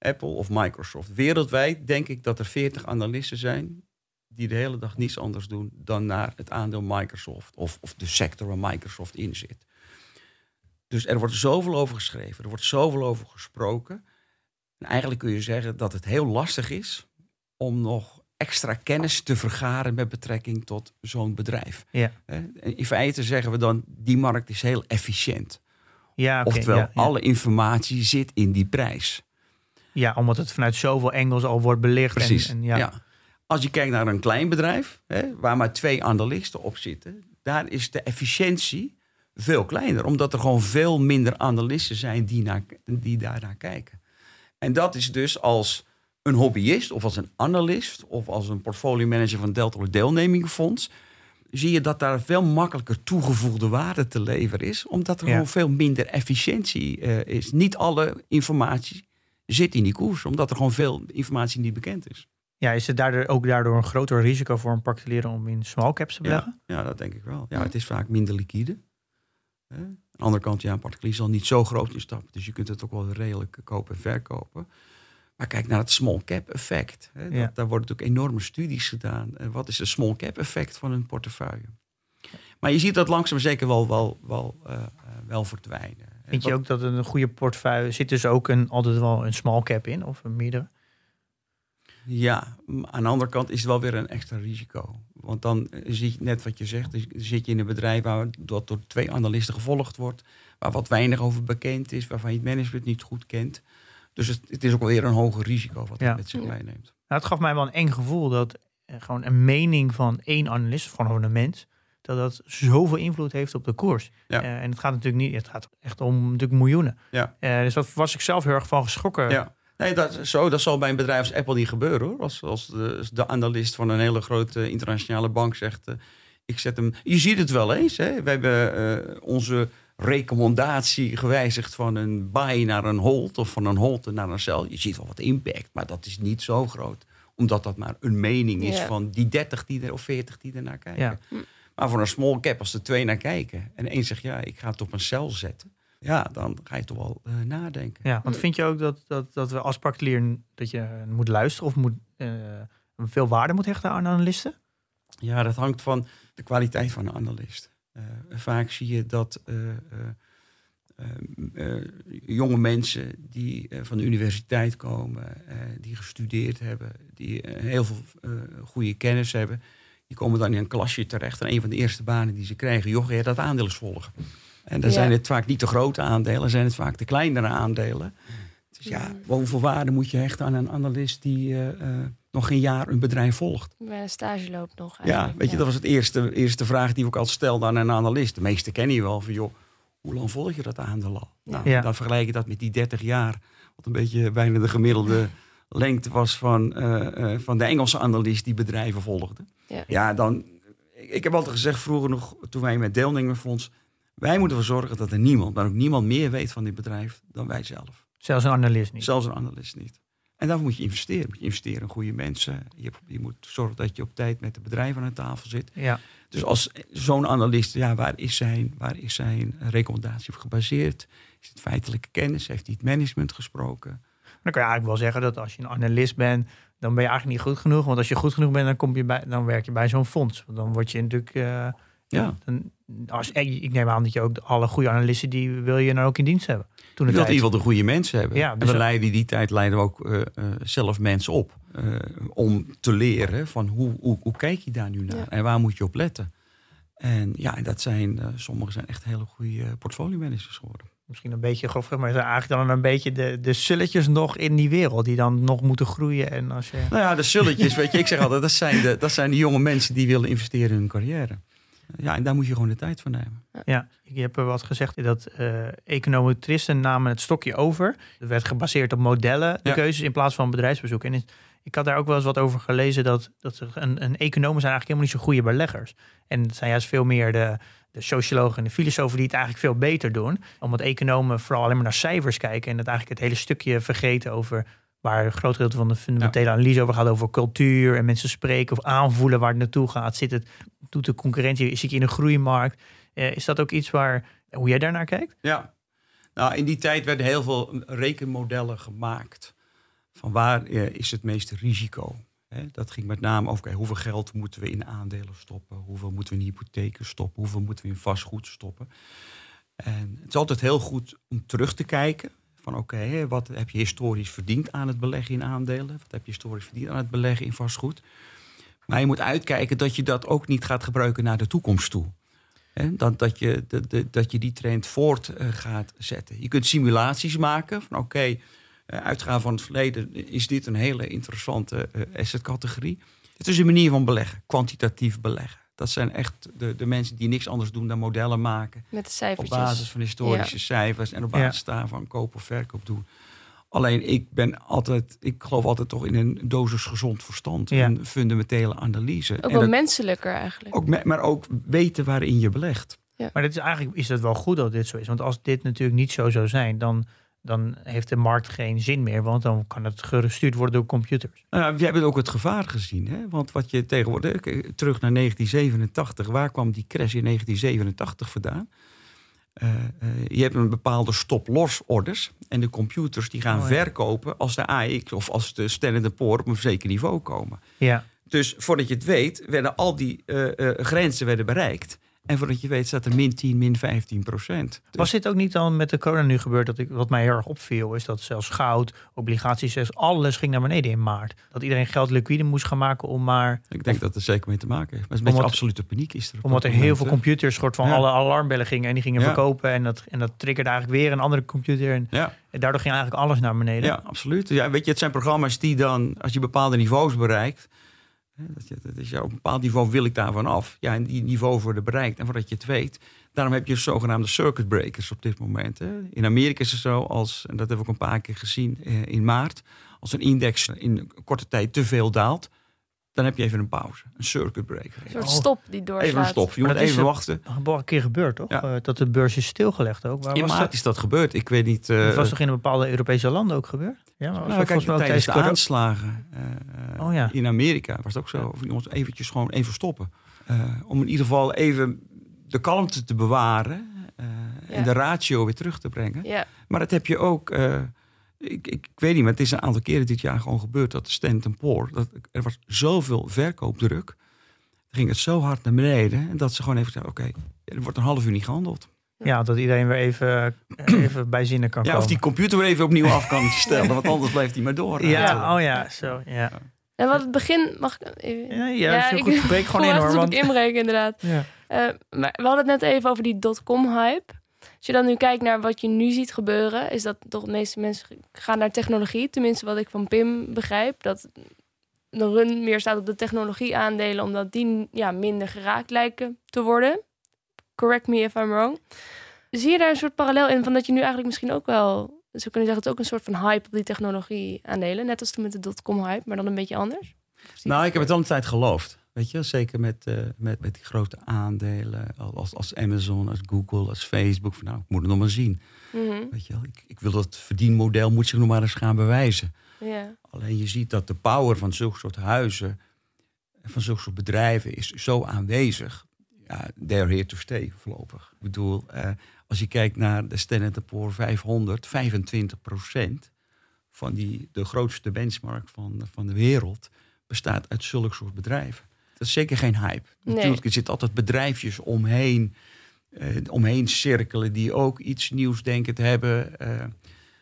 S5: Apple of Microsoft. Wereldwijd denk ik dat er veertig analisten zijn die de hele dag niets anders doen dan naar het aandeel Microsoft of, of de sector waar Microsoft in zit. Dus er wordt zoveel over geschreven, er wordt zoveel over gesproken. En eigenlijk kun je zeggen dat het heel lastig is om nog extra kennis te vergaren met betrekking tot zo'n bedrijf.
S2: Ja.
S5: In feite zeggen we dan, die markt is heel efficiënt.
S2: Ja, okay,
S5: Oftewel,
S2: ja, ja.
S5: alle informatie zit in die prijs.
S2: Ja, omdat het vanuit zoveel angles al wordt belicht.
S5: Precies,
S2: En, en ja.
S5: ja. Als je kijkt naar een klein bedrijf, hè, waar maar twee analisten op zitten, daar is de efficiëntie veel kleiner. Omdat er gewoon veel minder analisten zijn die, naar, die daarnaar kijken. En dat is dus als een hobbyist of als een analist of als een portfolio manager van Delta Deelnemingfonds, zie je dat daar veel makkelijker toegevoegde waarde te leveren is, omdat er
S2: Ja.
S5: gewoon veel minder efficiëntie uh, is. Niet alle informatie zit in die koers, omdat er gewoon veel informatie niet bekend is.
S2: Ja, is het daardoor ook daardoor een groter risico voor een particulier om in small caps te beleggen?
S5: Ja, ja, dat denk ik wel. Ja, het is vaak minder liquide. Hè? Aan de andere kant, ja, een particulier zal niet zo groot instappen, dus je kunt het ook wel redelijk kopen en verkopen. Maar kijk naar het small cap effect. Hè? Dat,
S2: Ja.
S5: Daar worden natuurlijk enorme studies gedaan. En wat is het small cap effect van een portefeuille? Maar je ziet dat langzaam zeker wel, wel, wel, uh, wel verdwijnen.
S2: Vind je
S5: Wat,
S2: ook dat een goede portefeuille zit dus ook een, altijd wel een small cap in of een meerdere?
S5: Ja, aan de andere kant is het wel weer een extra risico. Want dan zie je net wat je zegt. Dan zit je in een bedrijf waar dat door twee analisten gevolgd wordt, waar wat weinig over bekend is, waarvan je het management niet goed kent. Dus het, het is ook wel weer een hoger risico wat
S2: Ja.
S5: het met zich meeneemt.
S2: Nou, het gaf mij wel een eng gevoel dat eh, gewoon een mening van één analist, of gewoon een mens, dat dat zoveel invloed heeft op de koers.
S5: Ja.
S2: Uh, en het gaat natuurlijk niet, het gaat echt om natuurlijk miljoenen.
S5: Ja.
S2: Uh, dus dat was ik zelf heel erg van geschrokken.
S5: Ja. Nee, dat, zo, dat zal bij een bedrijf als Apple niet gebeuren, hoor. Als, als de, de analist van een hele grote internationale bank zegt, uh, ik zet hem. Je ziet het wel eens, hè? We hebben uh, onze recommendatie gewijzigd van een buy naar een hold of van een hold naar een sell. Je ziet wel wat impact, maar dat is niet zo groot, omdat dat maar een mening is
S4: Ja.
S5: van die dertig die er of veertig die er naar kijken.
S2: Ja.
S5: Maar voor een small cap, als er twee naar kijken en één zegt, ja, ik ga het op een sell zetten, ja, dan ga je toch wel uh, nadenken.
S2: Ja, want vind je ook dat, dat, dat we als particulier dat je moet luisteren of moet, uh, veel waarde moet hechten aan analisten?
S5: Ja, dat hangt van de kwaliteit van een analist. Uh, vaak zie je dat uh, uh, uh, uh, jonge mensen die uh, van de universiteit komen, uh, die gestudeerd hebben, die uh, heel veel uh, goede kennis hebben, die komen dan in een klasje terecht. En een van de eerste banen die ze krijgen, joh, ga je dat aandeel eens volgen. En dan
S4: Ja.
S5: zijn het vaak niet de grote aandelen, zijn het vaak de kleinere aandelen. Dus ja, hoeveel waarde moet je hechten aan een analist die uh, uh, nog geen jaar een bedrijf volgt?
S4: Bij een stage loopt nog
S5: Ja,
S4: eigenlijk.
S5: weet je, dat was het eerste, eerste vraag die we ook altijd stelden aan een analist. De meeste kennen je wel van, joh, hoe lang volg je dat aandeel al? Nou,
S2: Ja.
S5: dan vergelijk je dat met die dertig jaar, wat een beetje bijna de gemiddelde lengte was van, uh, uh, van de Engelse analist die bedrijven volgde.
S4: Ja.
S5: Ja, dan, ik heb altijd gezegd vroeger nog, toen wij met deelnemerfonds, wij moeten ervoor zorgen dat er niemand, maar ook niemand meer weet van dit bedrijf dan wij zelf.
S2: Zelfs een analist niet.
S5: Zelfs een analist niet. En daarvoor moet je investeren. Moet je investeren in goede mensen. Je, je moet zorgen dat je op tijd met de bedrijven aan tafel zit.
S2: Ja.
S5: Dus als zo'n analist, ja, waar is zijn, waar is zijn recommendatie op gebaseerd? Is het feitelijke kennis? Heeft hij het management gesproken?
S2: Dan kan je eigenlijk wel zeggen dat als je een analist bent, dan ben je eigenlijk niet goed genoeg. Want als je goed genoeg bent, dan, kom je bij, dan werk je bij zo'n fonds. Want dan word je natuurlijk... Uh,
S5: Ja.
S2: Dan, als, ik neem aan dat je ook alle goede analisten, die wil je dan ook in dienst hebben. Toen
S5: Je
S2: de
S5: wilt in
S2: tijd.
S5: ieder geval de goede mensen hebben.
S2: Ja,
S5: en
S2: dus
S5: we
S2: dat-
S5: leiden die tijd leiden we ook uh, uh, zelf mensen op. Uh, om te leren van hoe, hoe, hoe kijk je daar nu naar?
S4: Ja.
S5: En waar moet je op letten? En ja, en dat zijn, uh, sommigen zijn echt hele goede portfolio managers geworden.
S2: Misschien een beetje grof, maar zijn eigenlijk dan een beetje de, de sulletjes nog in die wereld, die dan nog moeten groeien. En als je...
S5: Nou ja, de sulletjes, weet je, ik zeg altijd, dat zijn, de, dat zijn de jonge mensen die willen investeren in hun carrière. Ja, en daar moet je gewoon de tijd voor nemen.
S2: Ja, je hebt er wat gezegd dat uh, econometristen namen het stokje over. Het werd gebaseerd op modellen, de
S5: Ja.
S2: keuzes, in plaats van bedrijfsbezoek. En ik had daar ook wel eens wat over gelezen dat, dat er een, een economen zijn eigenlijk helemaal niet zo goede beleggers. En het zijn juist veel meer de, de sociologen en de filosofen die het eigenlijk veel beter doen. Omdat economen vooral alleen maar naar cijfers kijken en het eigenlijk het hele stukje vergeten over waar een groot gedeelte van de fundamentele analyse over gaat, over cultuur en mensen spreken of aanvoelen waar het naartoe gaat. Zit het, doet de concurrentie, zit je in een groeimarkt? Uh, is dat ook iets waar, hoe jij daarnaar kijkt?
S5: Ja, nou in die tijd werden heel veel rekenmodellen gemaakt. van waar uh, is het meeste risico? Hè, dat ging met name over okay, hoeveel geld moeten we in aandelen stoppen? Hoeveel moeten we in hypotheken stoppen? Hoeveel moeten we in vastgoed stoppen? En het is altijd heel goed om terug te kijken. Van oké, okay, wat heb je historisch verdiend aan het beleggen in aandelen? Wat heb je historisch verdiend aan het beleggen in vastgoed? Maar je moet uitkijken dat je dat ook niet gaat gebruiken naar de toekomst toe. He, dat, dat, je, de, de, dat je die trend voort uh, gaat zetten. Je kunt simulaties maken van oké, okay, uh, uitgaan van het verleden is dit een hele interessante uh, assetcategorie. Het is een manier van beleggen, kwantitatief beleggen. Dat zijn echt de, de mensen die niks anders doen dan modellen maken.
S4: Met de cijfertjes.
S5: Op basis van historische ja. cijfers en op basis ja. daarvan koop of verkoop doen. Alleen ik ben altijd, ik geloof altijd toch in een dosis gezond verstand. Ja. Een fundamentele analyse.
S4: Ook wel dat, menselijker eigenlijk.
S5: Ook me, maar ook weten waarin je belegt.
S2: Ja. Maar dit is eigenlijk is het wel goed dat dit zo is. Want als dit natuurlijk niet zo zou zijn, dan, dan heeft de markt geen zin meer. Want dan kan het gestuurd worden door computers.
S5: Nou, we hebben ook het gevaar gezien. Hè? Want wat je tegenwoordig, terug naar negentien zevenentachtig. Waar kwam die crash in negentien zevenentachtig vandaan? Uh, uh, je hebt een bepaalde stop-loss orders. En de computers die gaan oh, ja. verkopen als de A X of als de Standard and Poor op een zeker niveau komen.
S2: Ja.
S5: Dus voordat je het weet, werden al die uh, uh, grenzen werden bereikt. En voordat je weet staat er min tien, min vijftien procent. Dus
S2: was dit ook niet dan met de corona nu gebeurd? Dat ik, wat mij heel erg opviel is dat zelfs goud, obligaties, alles ging naar beneden in maart. Dat iedereen geld liquide moest gaan maken om maar...
S5: Ik denk of, dat het zeker mee te maken heeft. Maar een beetje wat, absolute paniek is er.
S2: Omdat er moment, heel veel computers soort van ja. alle alarmbellen gingen en die gingen ja. verkopen. En dat, en dat triggerde eigenlijk weer een andere computer. En,
S5: ja.
S2: en daardoor ging eigenlijk alles naar beneden.
S5: Ja, absoluut. Ja, weet je, het zijn programma's die dan, als je bepaalde niveaus bereikt... Dat, je, dat is, ja, op een bepaald niveau wil ik daarvan af. Ja, en die niveaus worden bereikt. En voordat je het weet, daarom heb je zogenaamde circuit breakers op dit moment. Hè. In Amerika is het zo, als, en dat hebben we ook een paar keer gezien eh, in maart... als een index in korte tijd te veel daalt... dan heb je even een pauze, een circuit breaker.
S4: Een soort stop die doorslaat.
S5: Even een stop, je moet even
S2: het,
S5: wachten.
S2: Dat is een keer gebeurd, toch? Ja. Uh, dat de beurs is stilgelegd ook. Waar
S5: in
S2: was
S5: maart
S2: dat?
S5: is dat gebeurd, ik weet niet... Uh,
S2: het was toch in een bepaalde Europese landen ook gebeurd? Ja, maar
S5: nou, kijk, tijdens de aanslagen uh, oh, ja. in Amerika was het ook zo. Ja. Of jongens eventjes gewoon even stoppen. Uh, om in ieder geval even de kalmte te bewaren... Uh, ja. en de ratio weer terug te brengen.
S4: Ja.
S5: Maar dat heb je ook... Uh, Ik, ik, ik weet niet, maar het is een aantal keren dit jaar gewoon gebeurd... dat de Standard and Poor, dat er was zoveel verkoopdruk... dan ging het zo hard naar beneden... en dat ze gewoon even zeiden, oké, okay, er wordt een half uur niet gehandeld.
S2: Ja, dat iedereen weer even, even bij zinnen kan
S5: ja,
S2: komen.
S5: Of die computer weer even opnieuw af kan stellen... want anders blijft hij maar door.
S2: Ja, oh ja, zo, ja.
S4: En wat het begin... Mag ik even...
S2: Ja, ja, ja ik, goed, breek gewoon in hoor.
S4: Want... inbreken inderdaad. Ja. Uh, maar we hadden het net even over die dotcom-hype... Als je dan nu kijkt naar wat je nu ziet gebeuren... is dat toch de meeste mensen gaan naar technologie. Tenminste, wat ik van Pim begrijp. Dat de run meer staat op de technologie-aandelen... omdat die ja, minder geraakt lijken te worden. Correct me if I'm wrong. Zie je daar een soort parallel in... van dat je nu eigenlijk misschien ook wel... Dus we kunnen zeggen, het is ook een soort van hype op die technologie-aandelen. Net als toen met de dotcom-hype, maar dan een beetje anders.
S5: Nou, ik heb het al een tijd geloofd. Weet je, zeker met, uh, met, met die grote aandelen als, als Amazon, als Google, als Facebook. Van, nou, ik moet het nog maar zien.
S4: Mm-hmm.
S5: Weet je wel, ik, ik wil dat het verdienmodel moet zich nog maar eens gaan bewijzen.
S4: Yeah.
S5: Alleen je ziet dat de power van zulke soort huizen, van zulke soort bedrijven is zo aanwezig. Ja, they're here to stay voorlopig. Ik bedoel, uh, als je kijkt naar de Standard and Poor vijfhonderd, vijfentwintig procent van die, de grootste benchmark van, van de wereld bestaat uit zulke soort bedrijven. Dat is zeker geen hype.
S4: Nee.
S5: Natuurlijk, er zitten altijd bedrijfjes omheen, uh, omheen cirkelen die ook iets nieuws denken te hebben. Uh, uh,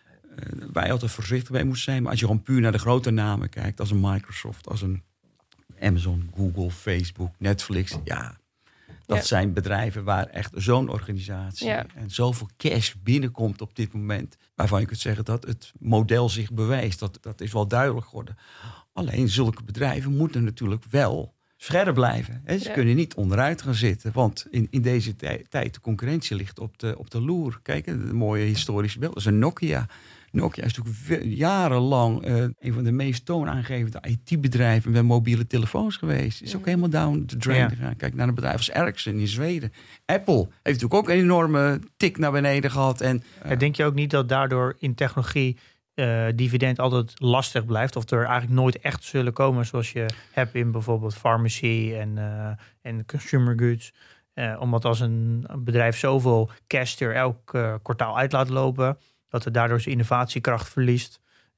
S5: waar je altijd voorzichtig bij moet zijn. Maar als je gewoon puur naar de grote namen kijkt, als een Microsoft, als een Amazon, Google, Facebook, Netflix, ja, dat ja. zijn bedrijven waar echt zo'n organisatie ja. en zoveel cash binnenkomt op dit moment, waarvan je kunt zeggen dat het model zich bewijst. Dat, dat is wel duidelijk geworden. Alleen zulke bedrijven moeten natuurlijk wel scherp blijven. Hè? Ze ja. kunnen niet onderuit gaan zitten. Want in, in deze tij, tijd de concurrentie ligt op de, op de loer. Kijk, een mooie historische beeld. Dat is een Nokia. Nokia is natuurlijk jarenlang uh, een van de meest toonaangevende I T-bedrijven met mobiele telefoons geweest. Is ook helemaal down the drain gegaan. Ja. Kijk naar een bedrijf als Ericsson in Zweden. Apple heeft natuurlijk ook een enorme tik naar beneden gehad. En, uh,
S2: ja, denk je ook niet dat daardoor in technologie Uh, dividend altijd lastig blijft, of er eigenlijk nooit echt zullen komen zoals je hebt in bijvoorbeeld pharmacy en, uh, en consumer goods. Uh, omdat als een bedrijf zoveel cash er elk uh, kwartaal uit laat lopen, dat het daardoor zijn innovatiekracht verliest.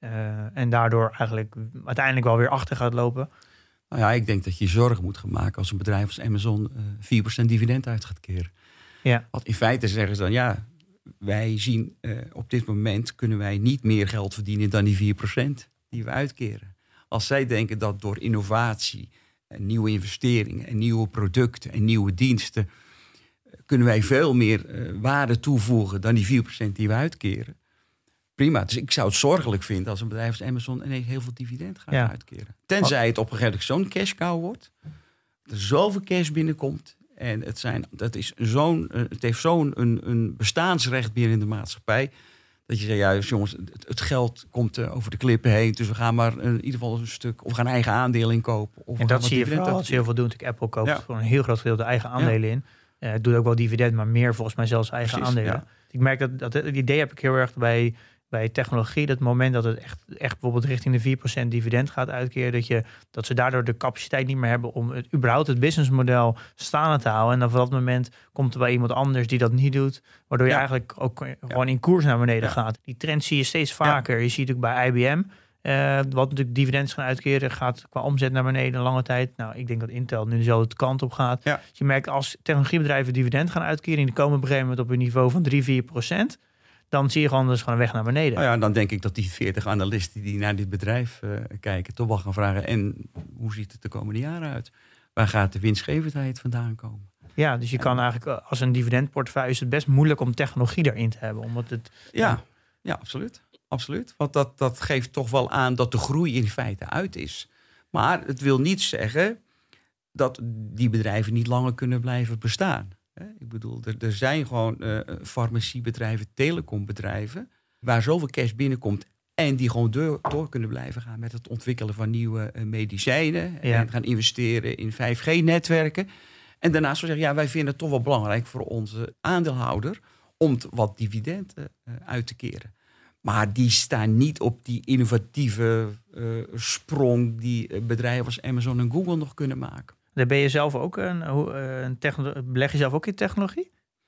S2: Uh, en daardoor eigenlijk uiteindelijk wel weer achter gaat lopen.
S5: Nou ja, ik denk dat je zorgen moet gaan maken als een bedrijf als Amazon uh, vier procent dividend uit gaat keren.
S2: Ja.
S5: Want in feite zeggen ze dan, ja, wij zien uh, op dit moment kunnen wij niet meer geld verdienen dan die vier procent die we uitkeren. Als zij denken dat door innovatie, en nieuwe investeringen en nieuwe producten en nieuwe diensten kunnen wij veel meer uh, waarde toevoegen dan die vier procent die we uitkeren. Prima. Dus ik zou het zorgelijk vinden als een bedrijf als Amazon ineens heel veel dividend gaat ja. uitkeren. Tenzij het op een gegeven moment zo'n cash cow wordt. Er zoveel cash binnenkomt. En het, zijn, dat is zo'n, het heeft zo'n een, een bestaansrecht binnen de maatschappij. Dat je zegt, ja jongens, het, het geld komt uh, over de klippen heen. Dus we gaan maar uh, in ieder geval een stuk, of we gaan eigen aandelen inkopen. Of
S2: en dat zie je vooral als heel veel doen. Apple koopt ja. gewoon een heel groot gedeelte eigen aandelen ja. in. Uh, het doet ook wel dividend, maar meer volgens mij zelfs eigen Precies, aandelen. Ja. Ik merk dat, dat het idee heb ik heel erg bij... bij technologie, dat moment dat het echt, echt bijvoorbeeld richting de vier procent dividend gaat uitkeren, dat, je, dat ze daardoor de capaciteit niet meer hebben om het, überhaupt het businessmodel staande te houden. En dan vanaf dat moment komt er bij iemand anders die dat niet doet, waardoor je ja. eigenlijk ook ja. gewoon in koers naar beneden ja. gaat. Die trend zie je steeds vaker. Ja. Je ziet ook bij I B M, uh, wat natuurlijk dividends gaan uitkeren, gaat qua omzet naar beneden een lange tijd. Nou, ik denk dat Intel nu dezelfde kant op gaat. Ja. Dus je merkt als technologiebedrijven dividend gaan uitkeren, die komen op een gegeven moment op een niveau van drie, vier procent. Dan zie je gewoon dus gewoon een weg naar beneden.
S5: Nou ja, dan denk ik dat die veertig analisten die naar dit bedrijf uh, kijken, toch wel gaan vragen, en hoe ziet het de komende jaren uit? Waar gaat de winstgevendheid vandaan komen?
S2: Ja, dus je kan eigenlijk als een dividendportefeuille is het best moeilijk om technologie erin te hebben. Omdat het,
S5: ja, ja, ja absoluut. absoluut. Want dat, dat geeft toch wel aan dat de groei in feite uit is. Maar het wil niet zeggen dat die bedrijven niet langer kunnen blijven bestaan. Ik bedoel, er, er zijn gewoon uh, farmaciebedrijven, telecombedrijven, waar zoveel cash binnenkomt en die gewoon door, door kunnen blijven gaan met het ontwikkelen van nieuwe uh, medicijnen. Ja. En gaan investeren in vijf G netwerken. En daarnaast zeggen, ja, wij vinden het toch wel belangrijk voor onze aandeelhouder om t, wat dividenden uh, uit te keren. Maar die staan niet op die innovatieve uh, sprong die uh, bedrijven als Amazon en Google nog kunnen maken.
S2: Daar ben je zelf ook een, een techno- beleg je zelf ook in technologie?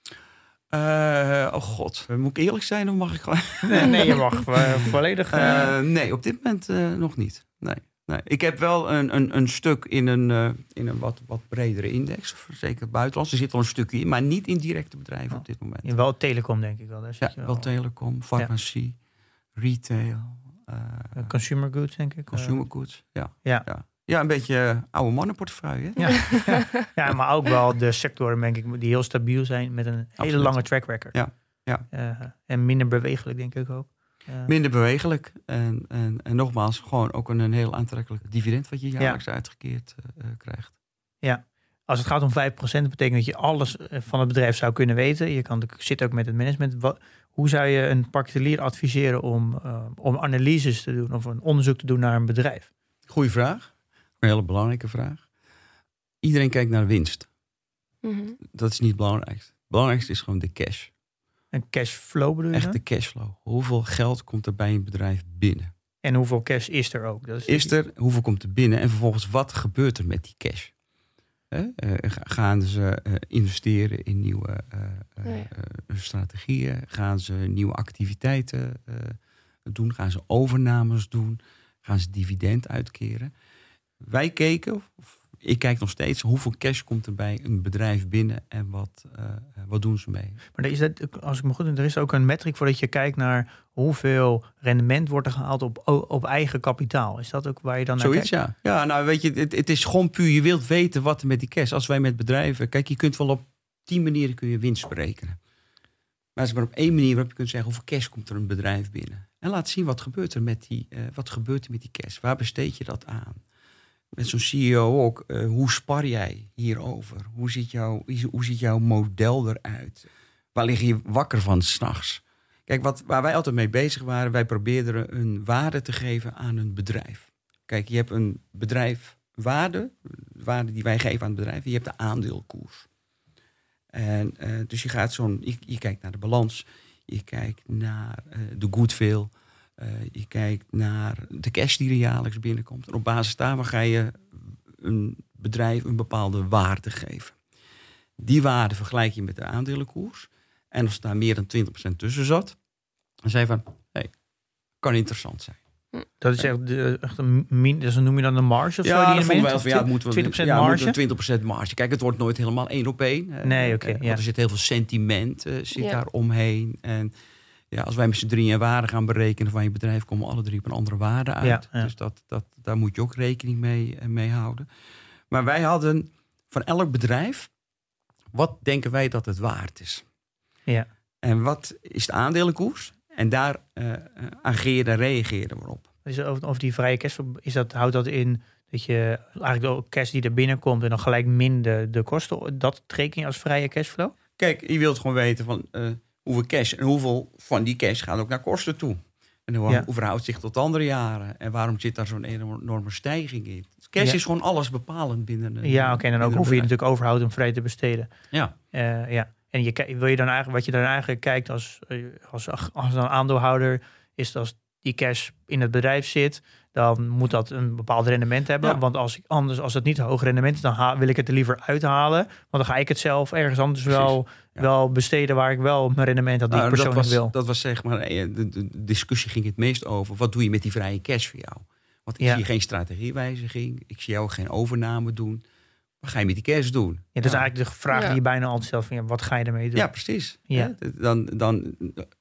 S5: Uh, oh god, moet ik eerlijk zijn of mag ik gewoon?
S2: Nee, nee je mag uh, volledig. Uh...
S5: Uh, nee, op dit moment uh, nog niet. Nee, nee. Ik heb wel een, een, een stuk in een, uh, in een wat, wat bredere index, zeker buitenlands. Er zit wel een stukje in, maar niet in directe bedrijven oh. op dit moment.
S2: In wel telecom denk ik wel. Daar
S5: ja,
S2: zit je
S5: wel, wel telecom, farmacie, ja. retail.
S2: Uh, consumer goods denk ik.
S5: Consumer goods, ja.
S2: ja.
S5: ja. Ja, een beetje oude mannenportefeuille.
S2: Ja. ja. ja, maar ook wel de sectoren denk ik, die heel stabiel zijn met een hele Absoluut. lange track record.
S5: Ja. Ja.
S2: Uh, en minder bewegelijk denk ik ook.
S5: Uh, minder bewegelijk. En, en, en nogmaals, gewoon ook een, een heel aantrekkelijk dividend wat je jaarlijks ja. uitgekeerd uh, krijgt.
S2: Ja, als het gaat om vijf procent, betekent dat je alles van het bedrijf zou kunnen weten. Je kan zit ook met het management. Wat, hoe zou je een particulier adviseren om, uh, om analyses te doen of een onderzoek te doen naar een bedrijf?
S5: Goeie vraag. Een hele belangrijke vraag. Iedereen kijkt naar winst. Mm-hmm. Dat is niet het belangrijkste. Het belangrijkste is gewoon de cash.
S2: En cashflow bedoel je?
S5: Echt de cashflow. Hoeveel geld komt er bij een bedrijf binnen?
S2: En hoeveel cash is er ook? Dat is,
S5: is er, hoeveel komt er binnen? En vervolgens, wat gebeurt er met die cash? He? Uh, gaan ze uh, investeren in nieuwe uh, uh, oh ja. uh, strategieën? Gaan ze nieuwe activiteiten uh, doen? Gaan ze overnames doen? Gaan ze dividend uitkeren? Wij keken, of ik kijk nog steeds, hoeveel cash komt er bij een bedrijf binnen en wat, uh, wat doen ze mee?
S2: Maar is dat, als ik me goed heb, er is ook een metric voor dat je kijkt naar hoeveel rendement wordt er gehaald op, op eigen kapitaal. Is dat ook waar je dan naar
S5: Zoiets,
S2: kijkt?
S5: ja. Ja, nou weet je, het, het is gewoon puur, je wilt weten wat er met die cash. Als wij met bedrijven, kijk, je kunt wel op tien manieren kun je winst berekenen. Maar als je maar op één manier waarop je kunt zeggen, hoeveel cash komt er een bedrijf binnen? En laat zien, wat gebeurt er met die, uh, wat gebeurt er met die cash? Waar besteed je dat aan? Met zo'n C E O ook, uh, hoe spar jij hierover? Hoe ziet, jouw, hoe ziet jouw model eruit? Waar lig je wakker van 's nachts? Kijk, wat, waar wij altijd mee bezig waren, wij probeerden een waarde te geven aan een bedrijf. Kijk, je hebt een bedrijf waarde, waarde die wij geven aan het bedrijf, en je hebt de aandeelkoers. En uh, dus je gaat zo'n, je, je kijkt naar de balans, je kijkt naar uh, de goodwill. Uh, je kijkt naar de cash die er jaarlijks binnenkomt. En op basis daarvan ga je een bedrijf een bepaalde waarde geven. Die waarde vergelijk je met de aandelenkoers. En als daar meer dan twintig procent tussen zat, dan zei je van, hey, kan interessant zijn.
S2: Dat is echt, de, echt een min, dus noem je dan een marge of
S5: ja,
S2: zo? Die
S5: dat vonden wij wel van, ja, het moet wel
S2: twintig procent
S5: ja,
S2: marge?
S5: moet wel twintig procent marge. Kijk, het wordt nooit helemaal één op één.
S2: Nee, oké. Okay,
S5: want
S2: ja.
S5: er zit heel veel sentiment uh, zit
S4: Ja.
S5: daar omheen. En ja, als wij met z'n drieën een waarde gaan berekenen van je bedrijf, komen alle drie op een andere waarde uit.
S2: Ja, ja.
S5: Dus dat, dat, daar moet je ook rekening mee, uh, mee houden. Maar wij hadden van elk bedrijf, wat denken wij dat het waard is?
S2: Ja.
S5: En wat is de aandelenkoers? En daar uh, ageren en reageren we op.
S2: Dus over, over die vrije cash, is dat, houdt dat in dat je eigenlijk de cash die er binnenkomt en dan gelijk min de, de kosten, dat trek je als vrije cashflow?
S5: Kijk, je wilt gewoon weten van uh, hoeveel cash en hoeveel van die cash gaat ook naar kosten toe. En hoe,
S2: Ja.
S5: hoe verhoudt zich tot andere jaren? En waarom zit daar zo'n enorme stijging in? Cash
S2: Ja.
S5: is gewoon alles bepalend binnen een.
S2: Ja, oké. Okay, en dan ook hoeveel je
S5: bedrijf.
S2: natuurlijk overhoudt om vrij te besteden.
S5: Ja.
S2: Uh, ja. En je, wil je dan eigenlijk, wat je dan eigenlijk kijkt als, als, als een aandeelhouder, is dat als die cash in het bedrijf zit, dan moet dat een bepaald rendement hebben.
S5: Ja.
S2: Want als ik anders, als het niet een hoog rendement is, dan ha- wil ik het er liever uithalen. Want dan ga ik het zelf ergens anders wel,
S5: ja.
S2: wel besteden waar ik wel mijn rendement had die
S5: Nou,
S2: ik persoonlijk
S5: dat was,
S2: wil.
S5: Dat was zeg maar, de, de, de discussie ging het meest over, wat doe je met die vrije cash voor jou? Want ik
S2: Ja.
S5: zie geen strategiewijziging, ik zie jou geen overname doen. Wat ga je met die cash doen?
S2: Ja, dat is
S5: Ja.
S2: eigenlijk de vraag
S4: Ja.
S2: die je bijna altijd stelt van ja, wat ga je ermee doen?
S5: Ja, precies.
S2: Ja.
S5: Hè? Dan, dan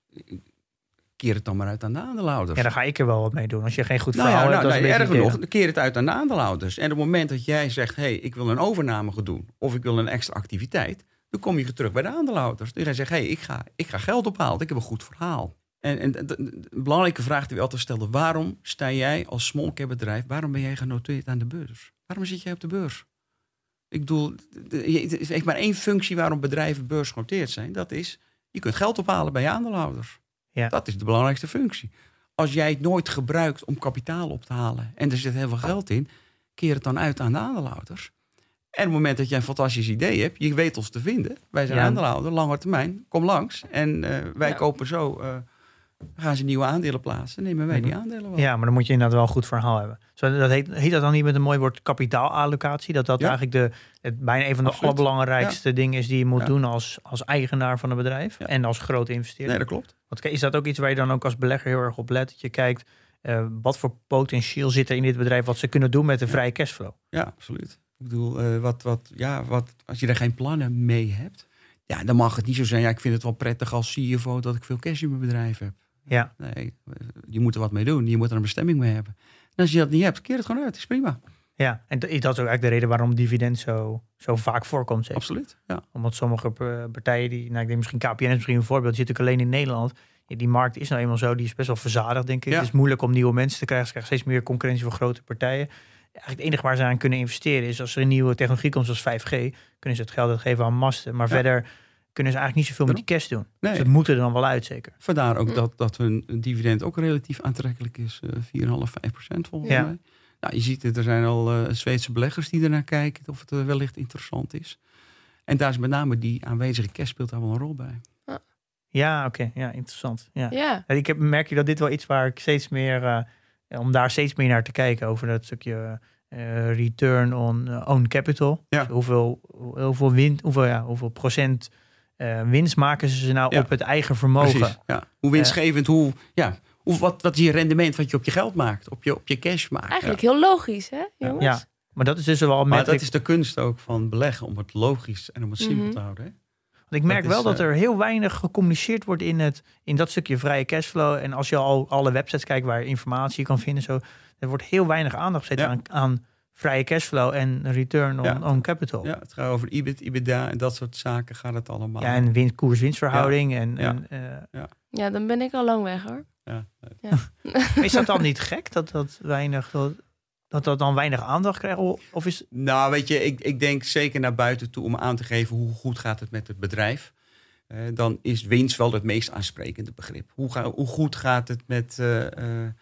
S5: keer het dan maar uit aan de aandeelhouders.
S2: Ja, dan ga ik er wel wat mee doen. Als je geen goed
S5: Nou
S2: verhaal
S5: ja,
S2: hebt,
S5: nou,
S2: dat
S5: nee,
S2: is een
S5: erger
S2: beetje
S5: nog,
S2: tegen.
S5: keer het uit aan de aandeelhouders. En op het moment dat jij zegt, hé, hey, ik wil een overname gaan doen, of ik wil een extra activiteit, dan kom je terug bij de aandeelhouders. Dan ga je zeggen, hé, hey, ik, ga, ik ga geld ophalen, ik heb een goed verhaal. En, en de, de, de belangrijke vraag die we altijd stelden, waarom sta jij als small cap bedrijf, waarom ben jij genoteerd aan de beurs? Waarom zit jij op de beurs? Ik bedoel, het is echt maar één functie waarom bedrijven beursgenoteerd zijn. Dat is, je kunt geld ophalen bij je aandeelhouders.
S2: Ja.
S5: Dat is de belangrijkste functie. Als jij het nooit gebruikt om kapitaal op te halen en er zit heel veel geld in, keer het dan uit aan de aandeelhouders. En op het moment dat jij een fantastisch idee hebt, je weet ons te vinden. Wij zijn
S2: Ja.
S5: aandeelhouder, lange termijn, kom langs. En uh, wij
S4: Ja.
S5: kopen zo, uh, gaan ze nieuwe aandelen plaatsen, nemen wij die aandelen wel.
S2: Ja, maar dan moet je inderdaad wel een goed verhaal hebben. Zo, dat heet, heet dat dan niet met een mooi woord kapitaalallocatie? Dat dat
S5: Ja.
S2: eigenlijk de, het bijna een van de
S5: Absoluut.
S2: allerbelangrijkste ja. dingen is die je moet
S5: Ja.
S2: doen als, als eigenaar van een bedrijf
S5: Ja.
S2: en als grote investeerder.
S5: Nee, dat klopt.
S2: Want is dat ook iets waar je dan ook als belegger heel erg op let? Dat je kijkt, uh, wat voor potentieel zit er in dit bedrijf, wat ze kunnen doen met een vrije cashflow?
S5: Ja, absoluut. Ik bedoel, uh, wat, wat, ja, wat, als je er geen plannen mee hebt, ja, dan mag het niet zo zijn. Ja, ik vind het wel prettig als C F O dat ik veel cash in mijn bedrijf heb.
S2: Ja.
S5: Nee, je moet er wat mee doen. Je moet er een bestemming mee hebben. En als je dat niet hebt, keer het gewoon uit. Is prima.
S2: Ja, en dat is ook eigenlijk de reden waarom dividend zo, zo vaak voorkomt. Zeker.
S5: Absoluut, ja.
S2: Omdat sommige partijen, die, nou ik denk misschien K P N is misschien een voorbeeld, die zit natuurlijk alleen in Nederland. Ja, die markt is nou eenmaal zo, die is best wel verzadigd, denk ik.
S5: Ja.
S2: Het is moeilijk om nieuwe mensen te krijgen. Ze krijgen steeds meer concurrentie van grote partijen. Eigenlijk het enige waar ze aan kunnen investeren is als er een nieuwe technologie komt zoals vijf G, kunnen ze het geld uitgeven aan masten. Maar ja. verder kunnen ze eigenlijk niet zoveel met die cash doen.
S5: Nee.
S2: Dus het moet er dan wel uit, zeker.
S5: Vandaar ook dat, dat hun dividend ook relatief aantrekkelijk is. Uh, vier komma vijf, vijf procent volgens
S2: ja.
S5: mij. Nou, je ziet het, er zijn al uh, Zweedse beleggers die ernaar kijken of het uh, wellicht interessant is. En daar is met name die aanwezige cash speelt daar wel een rol bij.
S2: Ja, ja oké. Okay. Ja, interessant. Ja.
S4: Ja.
S2: Ik heb, merk je dat dit wel iets waar ik steeds meer, uh, om daar steeds meer naar te kijken over dat stukje uh, return on uh, own capital.
S5: Ja.
S2: Dus hoeveel, hoeveel, win, hoeveel, ja, hoeveel procent uh, winst maken ze nou ja. op het eigen vermogen.
S5: Precies, ja. Hoe winstgevend, uh, hoe, ja, hoe, wat, wat is je rendement wat je op je geld maakt, op je, op je cash maakt.
S4: Eigenlijk
S5: ja.
S4: heel logisch, hè jongens?
S2: Ja, maar dat is dus wel...
S5: Maar dat is de kunst ook van beleggen, om het logisch en om het simpel mm-hmm. te houden. Hè?
S2: Want ik merk dat wel is, dat er
S5: uh,
S2: heel weinig gecommuniceerd wordt in, het, in dat stukje vrije cashflow. En als je al alle websites kijkt waar je informatie kan vinden, zo, er wordt heel weinig aandacht gezet ja. aan, aan vrije cashflow en return on, ja. on capital.
S5: Ja, het gaat over E B I T, EBITDA en dat soort zaken gaat het allemaal.
S2: Ja, en win, koers-winstverhouding. Ja. En,
S5: ja.
S2: En, uh,
S4: ja. ja, dan ben ik al lang weg hoor.
S5: Ja.
S4: Ja.
S2: Is dat dan niet gek dat dat weinig... Dat, dat dat dan weinig aandacht krijgt? Of is...
S5: Nou, weet je, ik, ik denk zeker naar buiten toe om aan te geven hoe goed gaat het met het bedrijf. Uh, dan is winst wel het meest aansprekende begrip. Hoe, ga, hoe goed gaat het met... Uh, uh,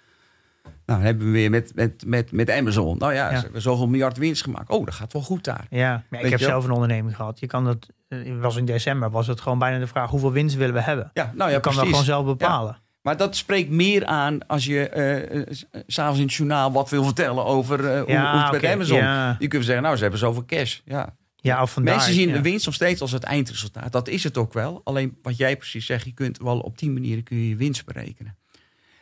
S5: nou, hebben we weer met, met, met, met Amazon. Nou ja, ja. ze hebben zoveel miljard winst gemaakt. Oh, dat gaat wel goed daar.
S2: Ja, maar ik heb zelf een onderneming gehad. Je kan dat, uh, was in december, was het gewoon bijna de vraag, hoeveel winst willen we hebben?
S5: Ja, nou ja,
S2: je kan dat gewoon zelf bepalen.
S5: Ja. Maar dat spreekt meer aan als je uh, uh, s'avonds in het journaal wat wil vertellen over uh, hoe,
S2: ja,
S5: hoe het
S2: okay,
S5: met Amazon.
S2: Ja.
S5: Je kunt zeggen, nou, ze hebben zoveel cash. Ja,
S2: ja, of vandaar,
S5: mensen zien
S2: ja.
S5: de winst nog steeds als het eindresultaat. Dat is het ook wel. Alleen wat jij precies zegt, je kunt wel op die manieren kun je je winst berekenen.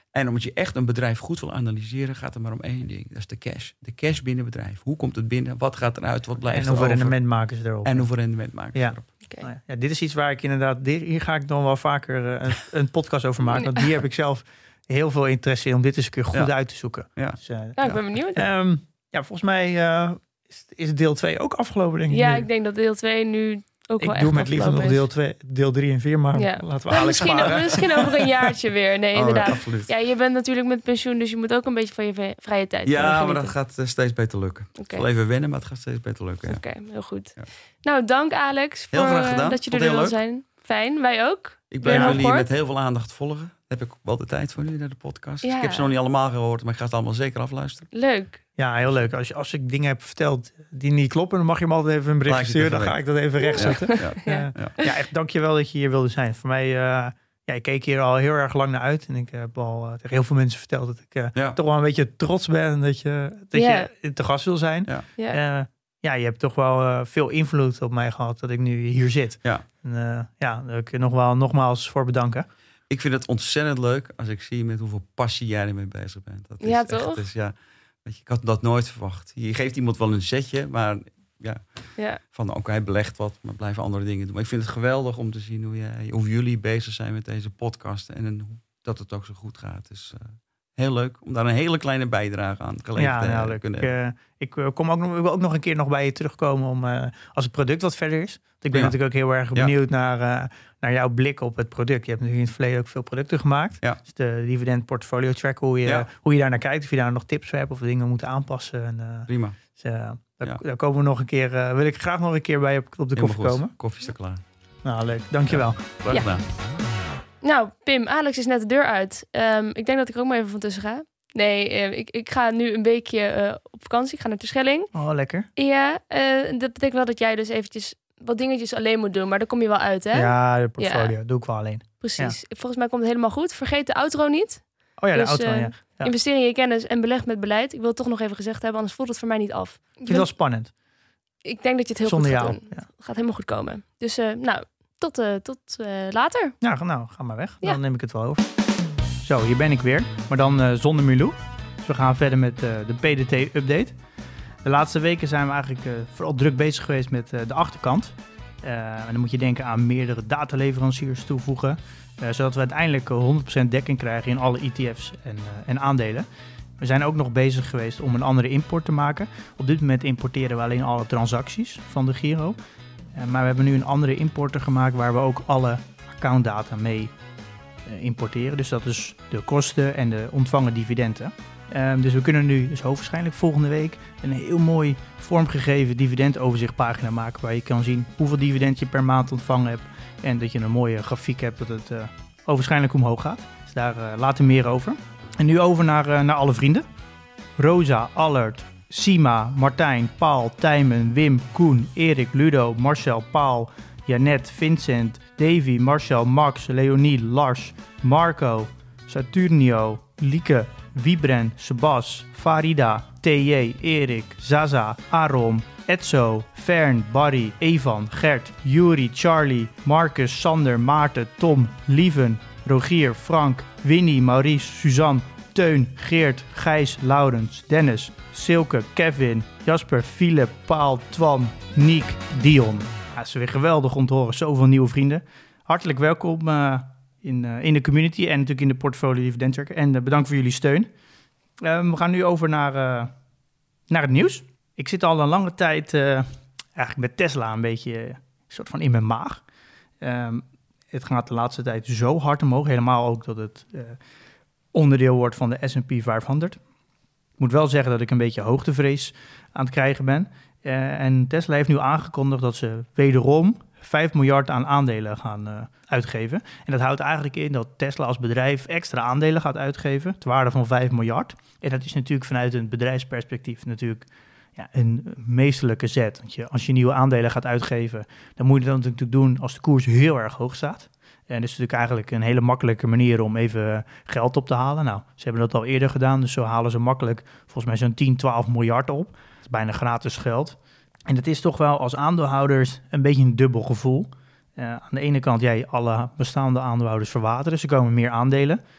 S5: En omdat je echt een bedrijf goed wil analyseren, gaat het maar om één ding. Dat is de cash. De cash binnen het bedrijf. Hoe komt het binnen? Wat gaat eruit? Wat blijft
S2: En hoeveel
S5: erover?
S2: rendement maken ze erop?
S5: En hoeveel rendement maken ze
S2: Ja.
S5: erop?
S4: Okay.
S2: Nou ja, ja, dit is iets waar ik inderdaad... Hier ga ik dan wel vaker uh, een, een podcast over maken. Want hier heb ik zelf heel veel interesse in om dit eens een keer goed
S5: Ja.
S2: uit te zoeken.
S5: Ja.
S2: Dus, uh,
S4: Nou, ik ben benieuwd.
S2: um, ja, volgens mij uh, is, is deel twee ook afgelopen, denk ik.
S4: Ja,
S2: nu.
S4: ik denk dat deel twee nu ook wel
S2: Ik
S4: echt
S2: doe met liefde nog deel, twee, deel drie en vier, maar
S4: Ja.
S2: laten we
S4: Nou,
S2: Alex
S4: misschien,
S2: sparen.
S4: misschien over een jaartje weer. Nee,
S5: Oh,
S4: inderdaad.
S5: ja, absoluut.
S4: Ja, je bent natuurlijk met pensioen, dus je moet ook een beetje van je v- vrije tijd
S5: Ja,
S4: kunnen
S5: maar
S4: genieten.
S5: dat gaat uh, steeds beter lukken.
S4: Oké.
S5: Het zal even wennen, maar het gaat steeds beter lukken. Ja.
S4: Oké, heel goed.
S5: Ja.
S4: Nou, dank Alex
S5: Heel
S4: voor
S5: graag
S4: uh,
S5: gedaan.
S4: dat je
S5: Vond
S4: er
S5: heel
S4: wil
S5: leuk.
S4: zijn. Fijn, wij ook.
S5: Ik blijf
S4: Weer
S5: jullie
S4: gehoord?
S5: met heel veel aandacht volgen. Heb ik wel de tijd voor nu naar de podcast.
S4: Ja.
S5: Ik heb ze nog niet allemaal gehoord, maar ik ga het allemaal zeker afluisteren.
S4: Leuk.
S2: Ja, heel leuk. Als, je, als ik dingen heb verteld die niet kloppen, dan mag je me altijd even een bericht
S5: Laat ik het
S2: sturen. Dan
S5: even
S2: ga ik dat even rechtzetten.
S5: Ja,
S4: Ja.
S2: Ja.
S5: ja.
S2: Ja, echt dankjewel dat je hier wilde zijn. Voor mij, uh, ja, ik keek hier al heel erg lang naar uit. En ik heb al uh, tegen heel veel mensen verteld dat ik uh,
S5: Ja.
S2: toch wel een beetje trots ben dat je, dat
S4: Ja.
S2: je te gast wil zijn.
S5: Ja.
S4: Ja.
S2: Uh, ja, je hebt toch wel uh, veel invloed op mij gehad dat ik nu hier zit.
S5: Ja.
S2: En, uh, ja, daar wil ik je nog wel nogmaals voor bedanken.
S5: Ik vind het ontzettend leuk als ik zie met hoeveel passie jij ermee bezig bent. Dat is
S4: Ja,
S5: echt,
S4: toch?
S5: Dus ja, weet je, ik had dat nooit verwacht. Je geeft iemand wel een zetje, maar ja,
S4: Ja.
S5: van ook hij belegt wat, maar blijven andere dingen doen. Maar ik vind het geweldig om te zien hoe, jij, hoe jullie bezig zijn met deze podcast en, en dat het ook zo goed gaat. Dus uh, heel leuk om daar een hele kleine bijdrage aan te
S2: Ja,
S5: te
S2: nou, leuk.
S5: kunnen
S2: Ik,
S5: hebben.
S2: uh, ik, uh, kom ook nog, ik wil ook nog een keer nog bij je terugkomen om uh, als het product wat verder is. Want ik ben
S5: Ja.
S2: natuurlijk ook heel erg
S5: Ja.
S2: benieuwd naar, uh, naar jouw blik op het product. Je hebt natuurlijk in het verleden ook veel producten gemaakt.
S5: Ja.
S2: Dus de dividend portfolio track, hoe je,
S5: Ja.
S2: hoe je daar naar kijkt. Of je daar nog tips voor hebt of dingen moeten aanpassen. En, uh,
S5: Prima.
S2: dus, uh, daar,
S5: Ja.
S2: daar komen we nog een keer, uh, wil ik graag nog een keer bij je op, op de
S5: Helemaal
S2: koffie
S5: goed.
S2: komen.
S5: Koffie is er klaar.
S2: Nou, leuk. Dankjewel.
S5: Graag
S4: Ja.
S5: gedaan.
S4: Nou, Pim, Alex is net de deur uit. Um, ik denk dat ik er ook maar even van tussen ga. Nee, uh, ik, ik ga nu een weekje uh, op vakantie. Ik ga naar Terschelling.
S2: Oh, lekker.
S4: Ja, uh, dat betekent wel dat jij dus eventjes wat dingetjes alleen moet doen. Maar daar kom je wel uit, hè?
S2: Ja, de portfolio. Doe ik wel alleen.
S4: Precies. Volgens mij komt het helemaal goed. Vergeet de outro niet.
S2: Oh ja, de
S4: Dus,
S2: auto.
S4: uh,
S2: ja. Ja.
S4: Investeer in je kennis en beleg met beleid. Ik wil het toch nog even gezegd hebben, anders voelt het voor mij niet af.
S2: Ik vind het wel spannend.
S4: Ik denk dat je het heel
S2: Zonder
S4: goed gaat
S2: jou.
S4: doen.
S2: Ja.
S4: Het gaat helemaal goed komen. Dus uh, nou, tot, uh, tot uh, later.
S2: Ja, nou, ga maar weg.
S4: Ja.
S2: Dan neem ik het wel over. Zo, hier ben ik weer. Maar dan uh, zonder Milou. Dus we gaan verder met uh, de P D T-update. De laatste weken zijn we eigenlijk uh, vooral druk bezig geweest met uh, de achterkant. Uh, en dan moet je denken aan meerdere dataleveranciers toevoegen. Uh, zodat we uiteindelijk honderd procent dekking krijgen in alle E T F's en, uh, en aandelen. We zijn ook nog bezig geweest om een andere import te maken. Op dit moment importeren we alleen alle transacties van de Giro. Uh, maar we hebben nu een andere importer gemaakt waar we ook alle accountdata mee uh, importeren. Dus dat is de kosten en de ontvangen dividenden. Um, dus we kunnen nu dus hoogstwaarschijnlijk volgende week een heel mooi vormgegeven dividendoverzichtpagina maken. Waar je kan zien hoeveel dividend je per maand ontvangen hebt. En dat je een mooie grafiek hebt dat het uh, hoogstwaarschijnlijk omhoog gaat. Dus daar uh, later meer over. En nu over naar, uh, naar alle vrienden. Rosa, Allert, Sima, Martijn, Paul, Tijmen, Wim, Koen, Erik, Ludo, Marcel, Paul, Janet, Vincent, Davy, Marcel, Max, Leonie, Lars, Marco, Saturnio, Lieke, Wibren, Sebas, Farida, T J, Erik, Zaza, Arom, Etzo, Fern, Barry, Evan, Gert, Juri, Charlie, Marcus, Sander, Maarten, Tom, Lieven, Rogier, Frank, Winnie, Maurice, Suzanne, Teun, Geert, Gijs, Laurens, Dennis, Silke, Kevin, Jasper, Philip, Paal, Twan, Niek, Dion. Ja, het is weer geweldig om te horen. Zoveel nieuwe vrienden. Hartelijk welkom uh, in, uh, in de community en natuurlijk in de portfolio dividend tracker. En uh, bedankt voor jullie steun. Uh, we gaan nu over naar, uh, naar het nieuws. Ik zit al een lange tijd uh, eigenlijk met Tesla een beetje uh, soort van in mijn maag. Um, het gaat de laatste tijd zo hard omhoog. Helemaal ook dat het uh, onderdeel wordt van de S en P vijfhonderd. Ik moet wel zeggen dat ik een beetje hoogtevrees aan het krijgen ben. Uh, en Tesla heeft nu aangekondigd dat ze wederom vijf miljard aan aandelen gaan uh, uitgeven. En dat houdt eigenlijk in dat Tesla als bedrijf extra aandelen gaat uitgeven, ter waarde van vijf miljard. En dat is natuurlijk vanuit een bedrijfsperspectief natuurlijk ja, een meesterlijke zet. Want je, als je nieuwe aandelen gaat uitgeven, dan moet je dat natuurlijk doen als de koers heel erg hoog staat. En dat is natuurlijk eigenlijk een hele makkelijke manier om even geld op te halen. Nou, ze hebben dat al eerder gedaan, dus zo halen ze makkelijk volgens mij zo'n tien, twaalf miljard op. Dat is bijna gratis geld. En dat is toch wel als aandeelhouders een beetje een dubbel gevoel. Uh, aan de ene kant, jij, alle bestaande aandeelhouders verwateren, ze komen meer aandelen.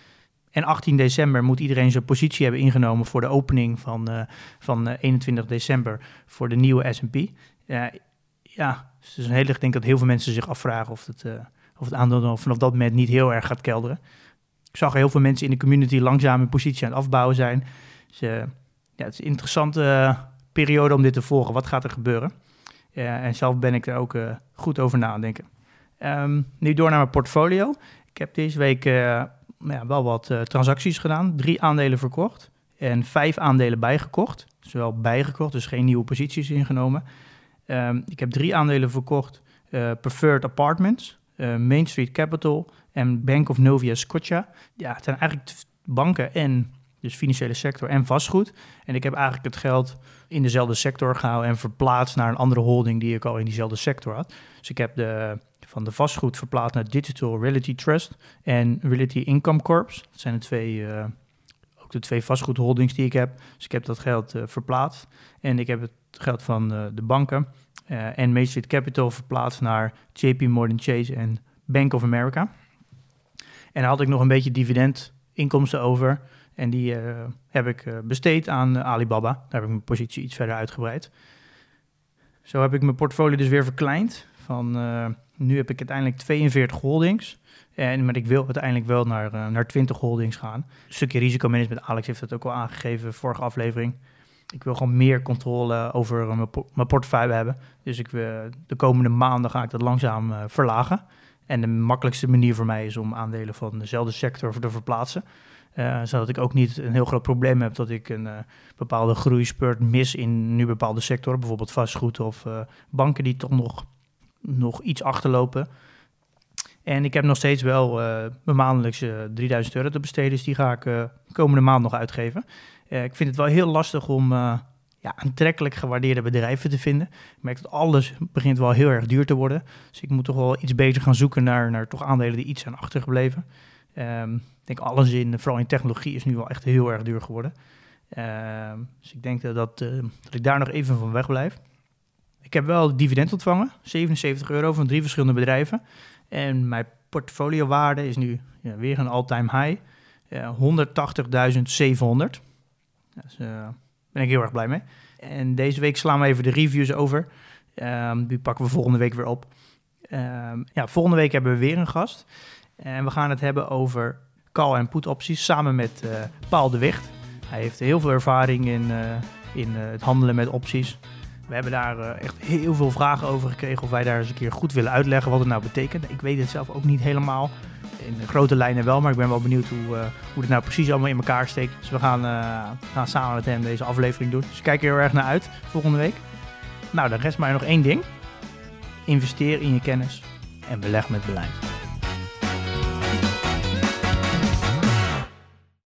S2: En achttien december moet iedereen zijn positie hebben ingenomen voor de opening van, uh, van uh, eenentwintig december voor de nieuwe S en P. Uh, ja, dus het is een hele, ik denk dat heel veel mensen zich afvragen of het, uh, of het aandeel vanaf dat moment niet heel erg gaat kelderen. Ik zag heel veel mensen in de community langzaam hun positie aan het afbouwen zijn. Dus, uh, ja, het is een interessante uh, periode om dit te volgen. Wat gaat er gebeuren? Uh, en zelf ben ik er ook uh, goed over na aan denken. Um, nu door naar mijn portfolio. Ik heb deze week uh, ja, wel wat uh, transacties gedaan. Drie aandelen verkocht en vijf aandelen bijgekocht. Dus wel bijgekocht, dus geen nieuwe posities ingenomen. Um, ik heb drie aandelen verkocht. Uh, Preferred Apartments, uh, Main Street Capital en Bank of Nova Scotia. Ja, het zijn eigenlijk banken en dus financiële sector en vastgoed. En ik heb eigenlijk het geld in dezelfde sector gehouden en verplaatst naar een andere holding die ik al in diezelfde sector had. Dus ik heb de, van de vastgoed verplaatst naar Digital Realty Trust en Realty Income Corps. Dat zijn de twee, uh, ook de twee vastgoedholdings die ik heb. Dus ik heb dat geld uh, verplaatst. En ik heb het geld van uh, de banken uh, en Main Street Capital verplaatst naar J P Morgan Chase en Bank of America. En dan had ik nog een beetje dividendinkomsten over. En die uh, heb ik uh, besteed aan uh, Alibaba. Daar heb ik mijn positie iets verder uitgebreid. Zo heb ik mijn portfolio dus weer verkleind. Van, uh, nu heb ik uiteindelijk tweeënveertig holdings. En, maar ik wil uiteindelijk wel naar, uh, naar twintig holdings gaan. Een stukje risicomanagement. Alex heeft dat ook al aangegeven, vorige aflevering. Ik wil gewoon meer controle over uh, mijn, po- mijn portefeuille hebben. Dus ik, uh, de komende maanden ga ik dat langzaam uh, verlagen. En de makkelijkste manier voor mij is om aandelen van dezelfde sector te verplaatsen. Uh, zodat ik ook niet een heel groot probleem heb dat ik een uh, bepaalde groeispurt mis in nu bepaalde sectoren. Bijvoorbeeld vastgoed of uh, banken die toch nog, nog iets achterlopen. En ik heb nog steeds wel uh, mijn maandelijkse drieduizend euro te besteden. Dus die ga ik uh, komende maand nog uitgeven. Uh, ik vind het wel heel lastig om uh, ja, aantrekkelijk gewaardeerde bedrijven te vinden. Ik merk dat alles begint wel heel erg duur te worden. Dus ik moet toch wel iets beter gaan zoeken naar, naar toch aandelen die iets zijn achtergebleven. Um, ik denk alles in, vooral in technologie, is nu wel echt heel erg duur geworden. Uh, dus ik denk dat, dat, uh, dat ik daar nog even van weg blijf. Ik heb wel dividend ontvangen, zevenenzeventig euro van drie verschillende bedrijven. En mijn portfoliowaarde is nu ja, weer een all-time high, uh, honderdtachtigduizend zevenhonderd. Dus, uh, daar ben ik heel erg blij mee. En deze week slaan we even de reviews over. Um, die pakken we volgende week weer op. Um, ja, volgende week hebben we weer een gast. En we gaan het hebben over call- en put opties samen met uh, Paul de Wicht. Hij heeft heel veel ervaring in, uh, in uh, het handelen met opties. We hebben daar uh, echt heel veel vragen over gekregen of wij daar eens een keer goed willen uitleggen wat het nou betekent. Ik weet het zelf ook niet helemaal. In de grote lijnen wel, maar ik ben wel benieuwd hoe, uh, hoe het nou precies allemaal in elkaar steekt. Dus we gaan, uh, gaan samen met hem deze aflevering doen. Dus ik kijk er heel erg naar uit volgende week. Nou, dan rest mij nog één ding. Investeer in je kennis en beleg met beleid.